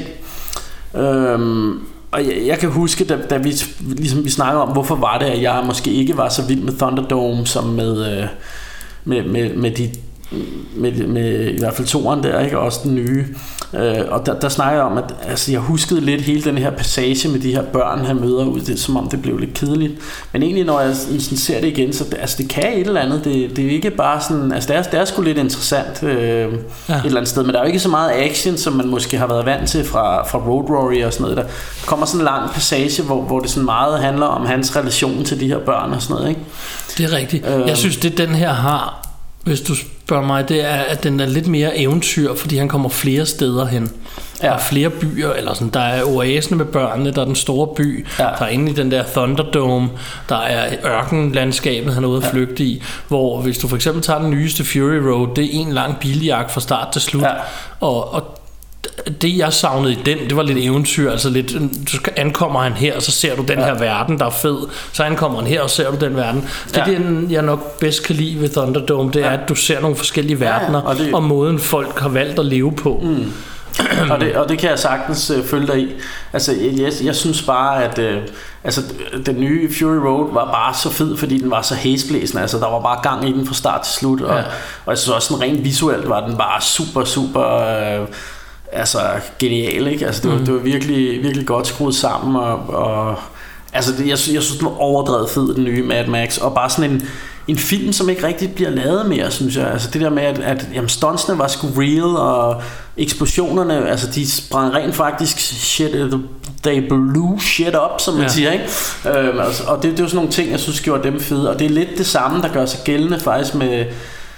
Øh, Og jeg, jeg kan huske, da, da vi, ligesom vi snakkede om, hvorfor var det, at jeg måske ikke var så vild med Thunderdome, som med, øh, med, med, med de... Med, med i hvert fald toeren der, ikke? Og også den nye. øh, Og der, der snakker jeg om, at altså, jeg huskede lidt hele den her passage med de her børn, han møder ud, det, som om det blev lidt kedeligt. Men egentlig når jeg sådan ser det igen, så altså, det kan et eller andet. Det, det er ikke bare sådan, altså det er, det er sgu lidt interessant øh, ja. et eller andet sted. Men der er jo ikke så meget action, som man måske har været vant til fra, fra Road Warrior og sådan noget. Der kommer sådan en lang passage, hvor, hvor det sådan meget handler om hans relation til de her børn og sådan noget, ikke? Det er rigtigt. øh, Jeg synes det den her har, hvis du spørger mig, det er, at den er lidt mere eventyr, fordi han kommer flere steder hen. Ja. Der er flere byer, eller sådan. Der er oasen med børnene, der er den store by, ja. Der er inde i den der Thunderdome, der er ørkenlandskabet, han er ude at flygte i, hvor hvis du for eksempel tager den nyeste Fury Road, det er en lang biljagt fra start til slut, ja. og, og det jeg savnede i den, det var lidt eventyr, altså lidt, så ankommer han her, og så ser du den ja. her verden, der er fed, så ankommer han her, og ser du den verden. Det er ja. det, jeg nok bedst kan lide ved Thunderdome, det er, at du ser nogle forskellige verdener, ja, ja. Og, det... og måden folk har valgt at leve på. Mm. og, det, og det kan jeg sagtens øh, følge dig i. Altså jeg, jeg synes bare at øh, altså, den nye Fury Road var bare så fed, fordi den var så hæsblæsende. Altså der var bare gang i den fra start til slut, og, ja. og jeg synes også sådan rent visuelt var den bare super super øh, altså genial, ikke? Altså det var, mm. det var virkelig virkelig godt skruet sammen, og, og altså det, jeg, jeg synes den var overdrevet fed, den nye Mad Max, og bare sådan en en film, som ikke rigtig bliver lavet mere, synes jeg. Altså det der med, at, at jamen, stuntsene var sgu real, og eksplosionerne, altså de sprang rent faktisk shit, they blew shit up, som man ja. siger, ikke? Øhm, altså, og det, det er jo sådan nogle ting, jeg synes gjorde dem fede, og det er lidt det samme, der gør sig gældende faktisk med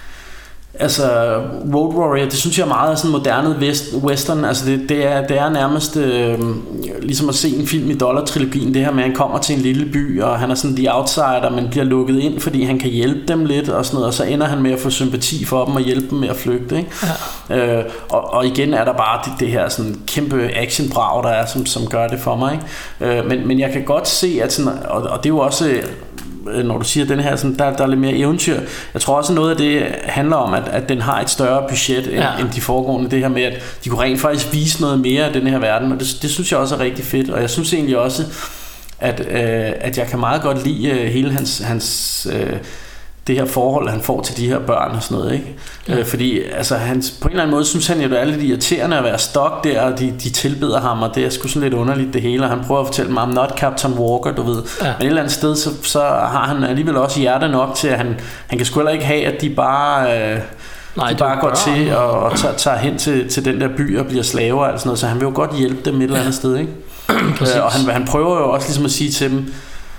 altså Road Warrior. Det synes jeg er meget sådan moderne west, western. Altså det, det, er, det er nærmest øh, ligesom at se en film i Dollar-trilogien, det her med at han kommer til en lille by, og han er sådan de outsider, men bliver lukket ind, fordi han kan hjælpe dem lidt og sådan noget, og så ender han med at få sympati for dem og hjælpe dem med at flygte, ikke? Ja. øh, og, og igen er der bare det, det her sådan kæmpe actionbrag, der er, som, som gør det for mig, ikke? Øh, men, men jeg kan godt se at sådan, og, og det er jo også, når du siger den her sådan, der, der er lidt mere eventyr. Jeg tror også noget af det handler om at, at den har et større budget end, ja. end de foregående. Det her med at de kunne rent faktisk vise noget mere af den her verden, og det, det synes jeg også er rigtig fedt. Og jeg synes egentlig også at, øh, at jeg kan meget godt lide øh, hele hans, hans øh, det her forhold han får til de her børn og sådan noget, ikke? Ja. Øh, fordi altså han, på en eller anden måde synes han jo, det er lidt irriterende at være stok der, og de, de tilbeder ham, og det er sgu sådan lidt underligt det hele, og han prøver at fortælle mig om not Captain Walker, du ved. Ja. Men et eller andet sted så, så har han alligevel også hjerte nok til at han, han kan sgu heller ikke have at de bare øh, Nej, de bare går til og, og tager, tager hen til, til den der by og bliver slaver og sådan noget, så han vil jo godt hjælpe dem et eller andet ja. sted, ikke? øh, og han, han prøver jo også ligesom at sige til dem,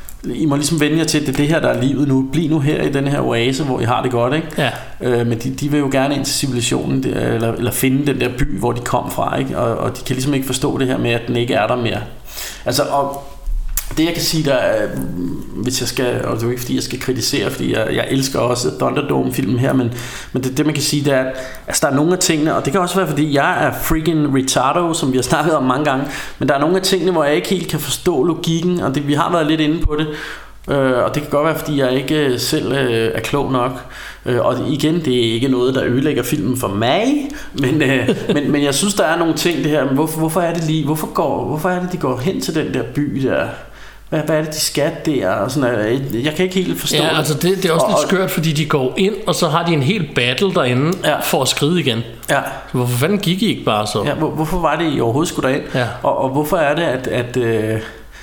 I må ligesom vende jer til, at det er det her, der er livet nu. Bliv nu her i den her oase, hvor I har det godt, ikke? Ja. Øh, men de, de vil jo gerne ind til civilisationen, eller, eller finde den der by, hvor de kom fra, ikke? Og, og de kan ligesom ikke forstå det her med, at den ikke er der mere. Altså, og det jeg kan sige, der er, hvis jeg skal, og det er jo ikke fordi jeg skal kritisere, fordi jeg, jeg elsker også Thunderdome-filmen her, men, men det, det man kan sige, det er, at altså, der er nogle af tingene, og det kan også være, fordi jeg er freaking retardo, som vi har snakket om mange gange, men der er nogle af tingene, hvor jeg ikke helt kan forstå logikken, og det, vi har været lidt inde på det, øh, og det kan godt være, fordi jeg ikke selv øh, er klog nok. Øh, og igen, det er ikke noget, der ødelægger filmen for mig, men, øh, men, men jeg synes, der er nogle ting, det her, hvorfor, hvorfor er det lige, hvorfor, går, hvorfor er det, de går hen til den der by der? Hvad, hvad er det, de skal der? Og sådan, jeg kan ikke helt forstå ja, altså det. Det er også og, lidt skørt, fordi de går ind, og så har de en hel battle derinde ja. for at skride igen. Ja. Så hvorfor fanden gik I ikke bare så? Ja, hvor, hvorfor var det, I overhovedet skulle derind? Ja. Og, og hvorfor er det, at... at øh,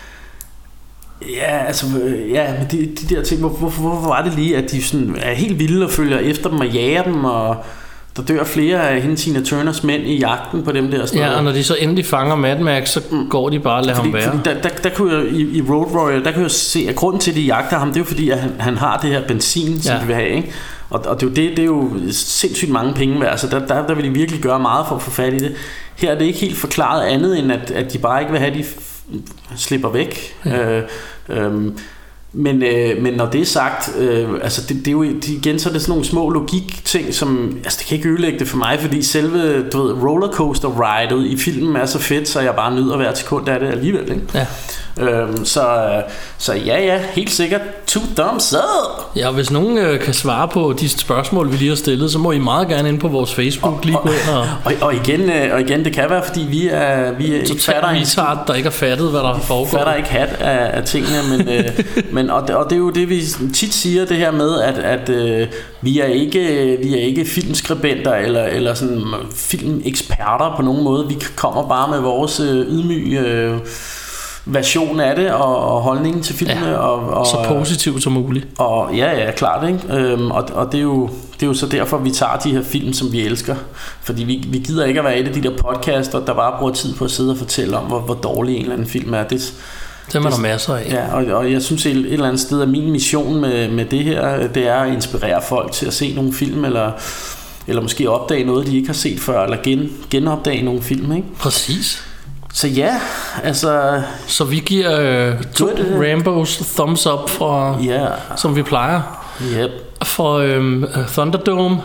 ja, altså... Ja, men de, de der ting... Hvorfor, hvorfor var det lige, at de sådan er helt vilde og følger efter dem og jager dem, og... Der dør flere af hende, Tina Turners mænd i jagten på dem der. Ja, og når de så endelig fanger Mad Max, så mm. går de bare og lader fordi, ham være. Fordi der, der, der kunne jeg, i, i Road Warrior, der kunne jeg se, at grunden til, at de jagter ham, det er jo fordi, at han, han har det her benzin, som ja. de vil have, ikke? Og, og det, er jo det, det er jo sindssygt mange penge værd, så der, der, der vil de virkelig gøre meget for at få fat i det. Her er det ikke helt forklaret andet, end at, at de bare ikke vil have de slipper væk. Ja. Øh, øh, Men, øh, men når det er sagt, øh, altså det, det er jo igen så er det sådan nogle små logik-ting, som altså det kan ikke ødelægge det for mig, fordi selve du ved, rollercoaster-ridet i filmen er så fedt, så jeg bare nyder hver sekund af det alligevel, ikke? Ja. Øhm, så, så ja, ja, helt sikkert two thumbs up. Ja, hvis nogen øh, kan svare på de spørgsmål, vi lige har stillet, så må I meget gerne ind på vores Facebook lige gå ind og... Og, og, igen, øh, og igen, det kan være, fordi vi er, vi er ikke fatter en... der ikke har fattet, hvad der foregår. Fatter ikke hat af, af tingene, men, øh, men og, og det er jo det, vi tit siger, det her med, at, at øh, vi, er ikke, vi er ikke filmskribenter eller, eller sådan filmeksperter på nogen måde. Vi kommer bare med vores øh, ydmyge... Øh, version af det og, og holdningen til filmene, ja, og, og så positivt som muligt. Og ja, ja, klart, ikke? Øhm, og og det, er jo, det er jo så derfor vi tager de her film, som vi elsker, fordi vi, vi gider ikke at være et af de der podcaster, der bare bruger tid på at sidde og fortælle om, hvor, hvor dårlig en eller anden film er. Det, det er der masser af. Ja, og, og jeg synes et, et eller andet sted, at min mission med, med det her, det er at inspirere folk til at se nogle film, eller eller måske opdage noget, de ikke har set før, eller gen, genopdage nogle film, ikke? Præcis. Så ja, altså... Så vi giver øh, to Rambos thumbs up for, yeah. som vi plejer, yep. for øh, Thunderdome.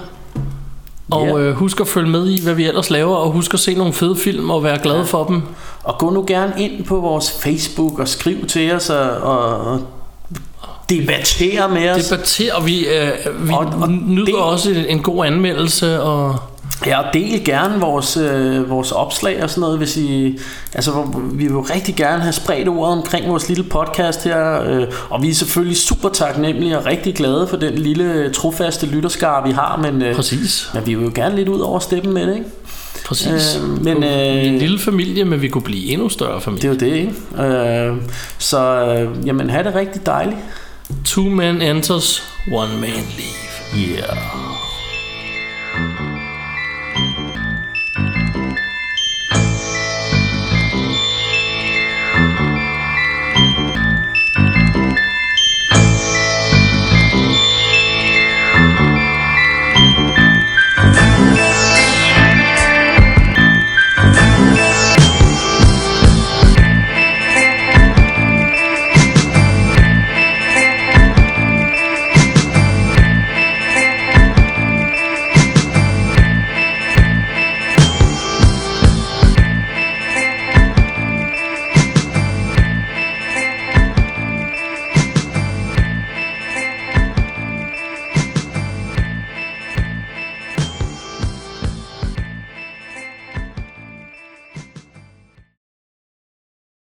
Og yep. øh, husk at følge med i, hvad vi ellers laver, og husk at se nogle fede film og være glade ja. for dem. Og gå nu gerne ind på vores Facebook og skriv til os og... og debattere med os. Debattere, og vi, øh, vi og, og nyder del, også en, en god anmeldelse og... Ja, og del gerne vores, øh, vores opslag og sådan noget, hvis I, altså vi vil jo rigtig gerne have spredt ordet omkring vores lille podcast her, øh, og vi er selvfølgelig super taknemmelige og rigtig glade for den lille trofaste lytterskare vi har, men, øh, Præcis. men vi vil jo gerne lidt ud over steppen med det, ikke? Præcis. Øh, men, øh, en lille familie, men vi kunne blive endnu større familie. Det er jo det, ikke? Øh, så øh, jamen, have det rigtig dejligt. Two men enters, one man leave. Yeah.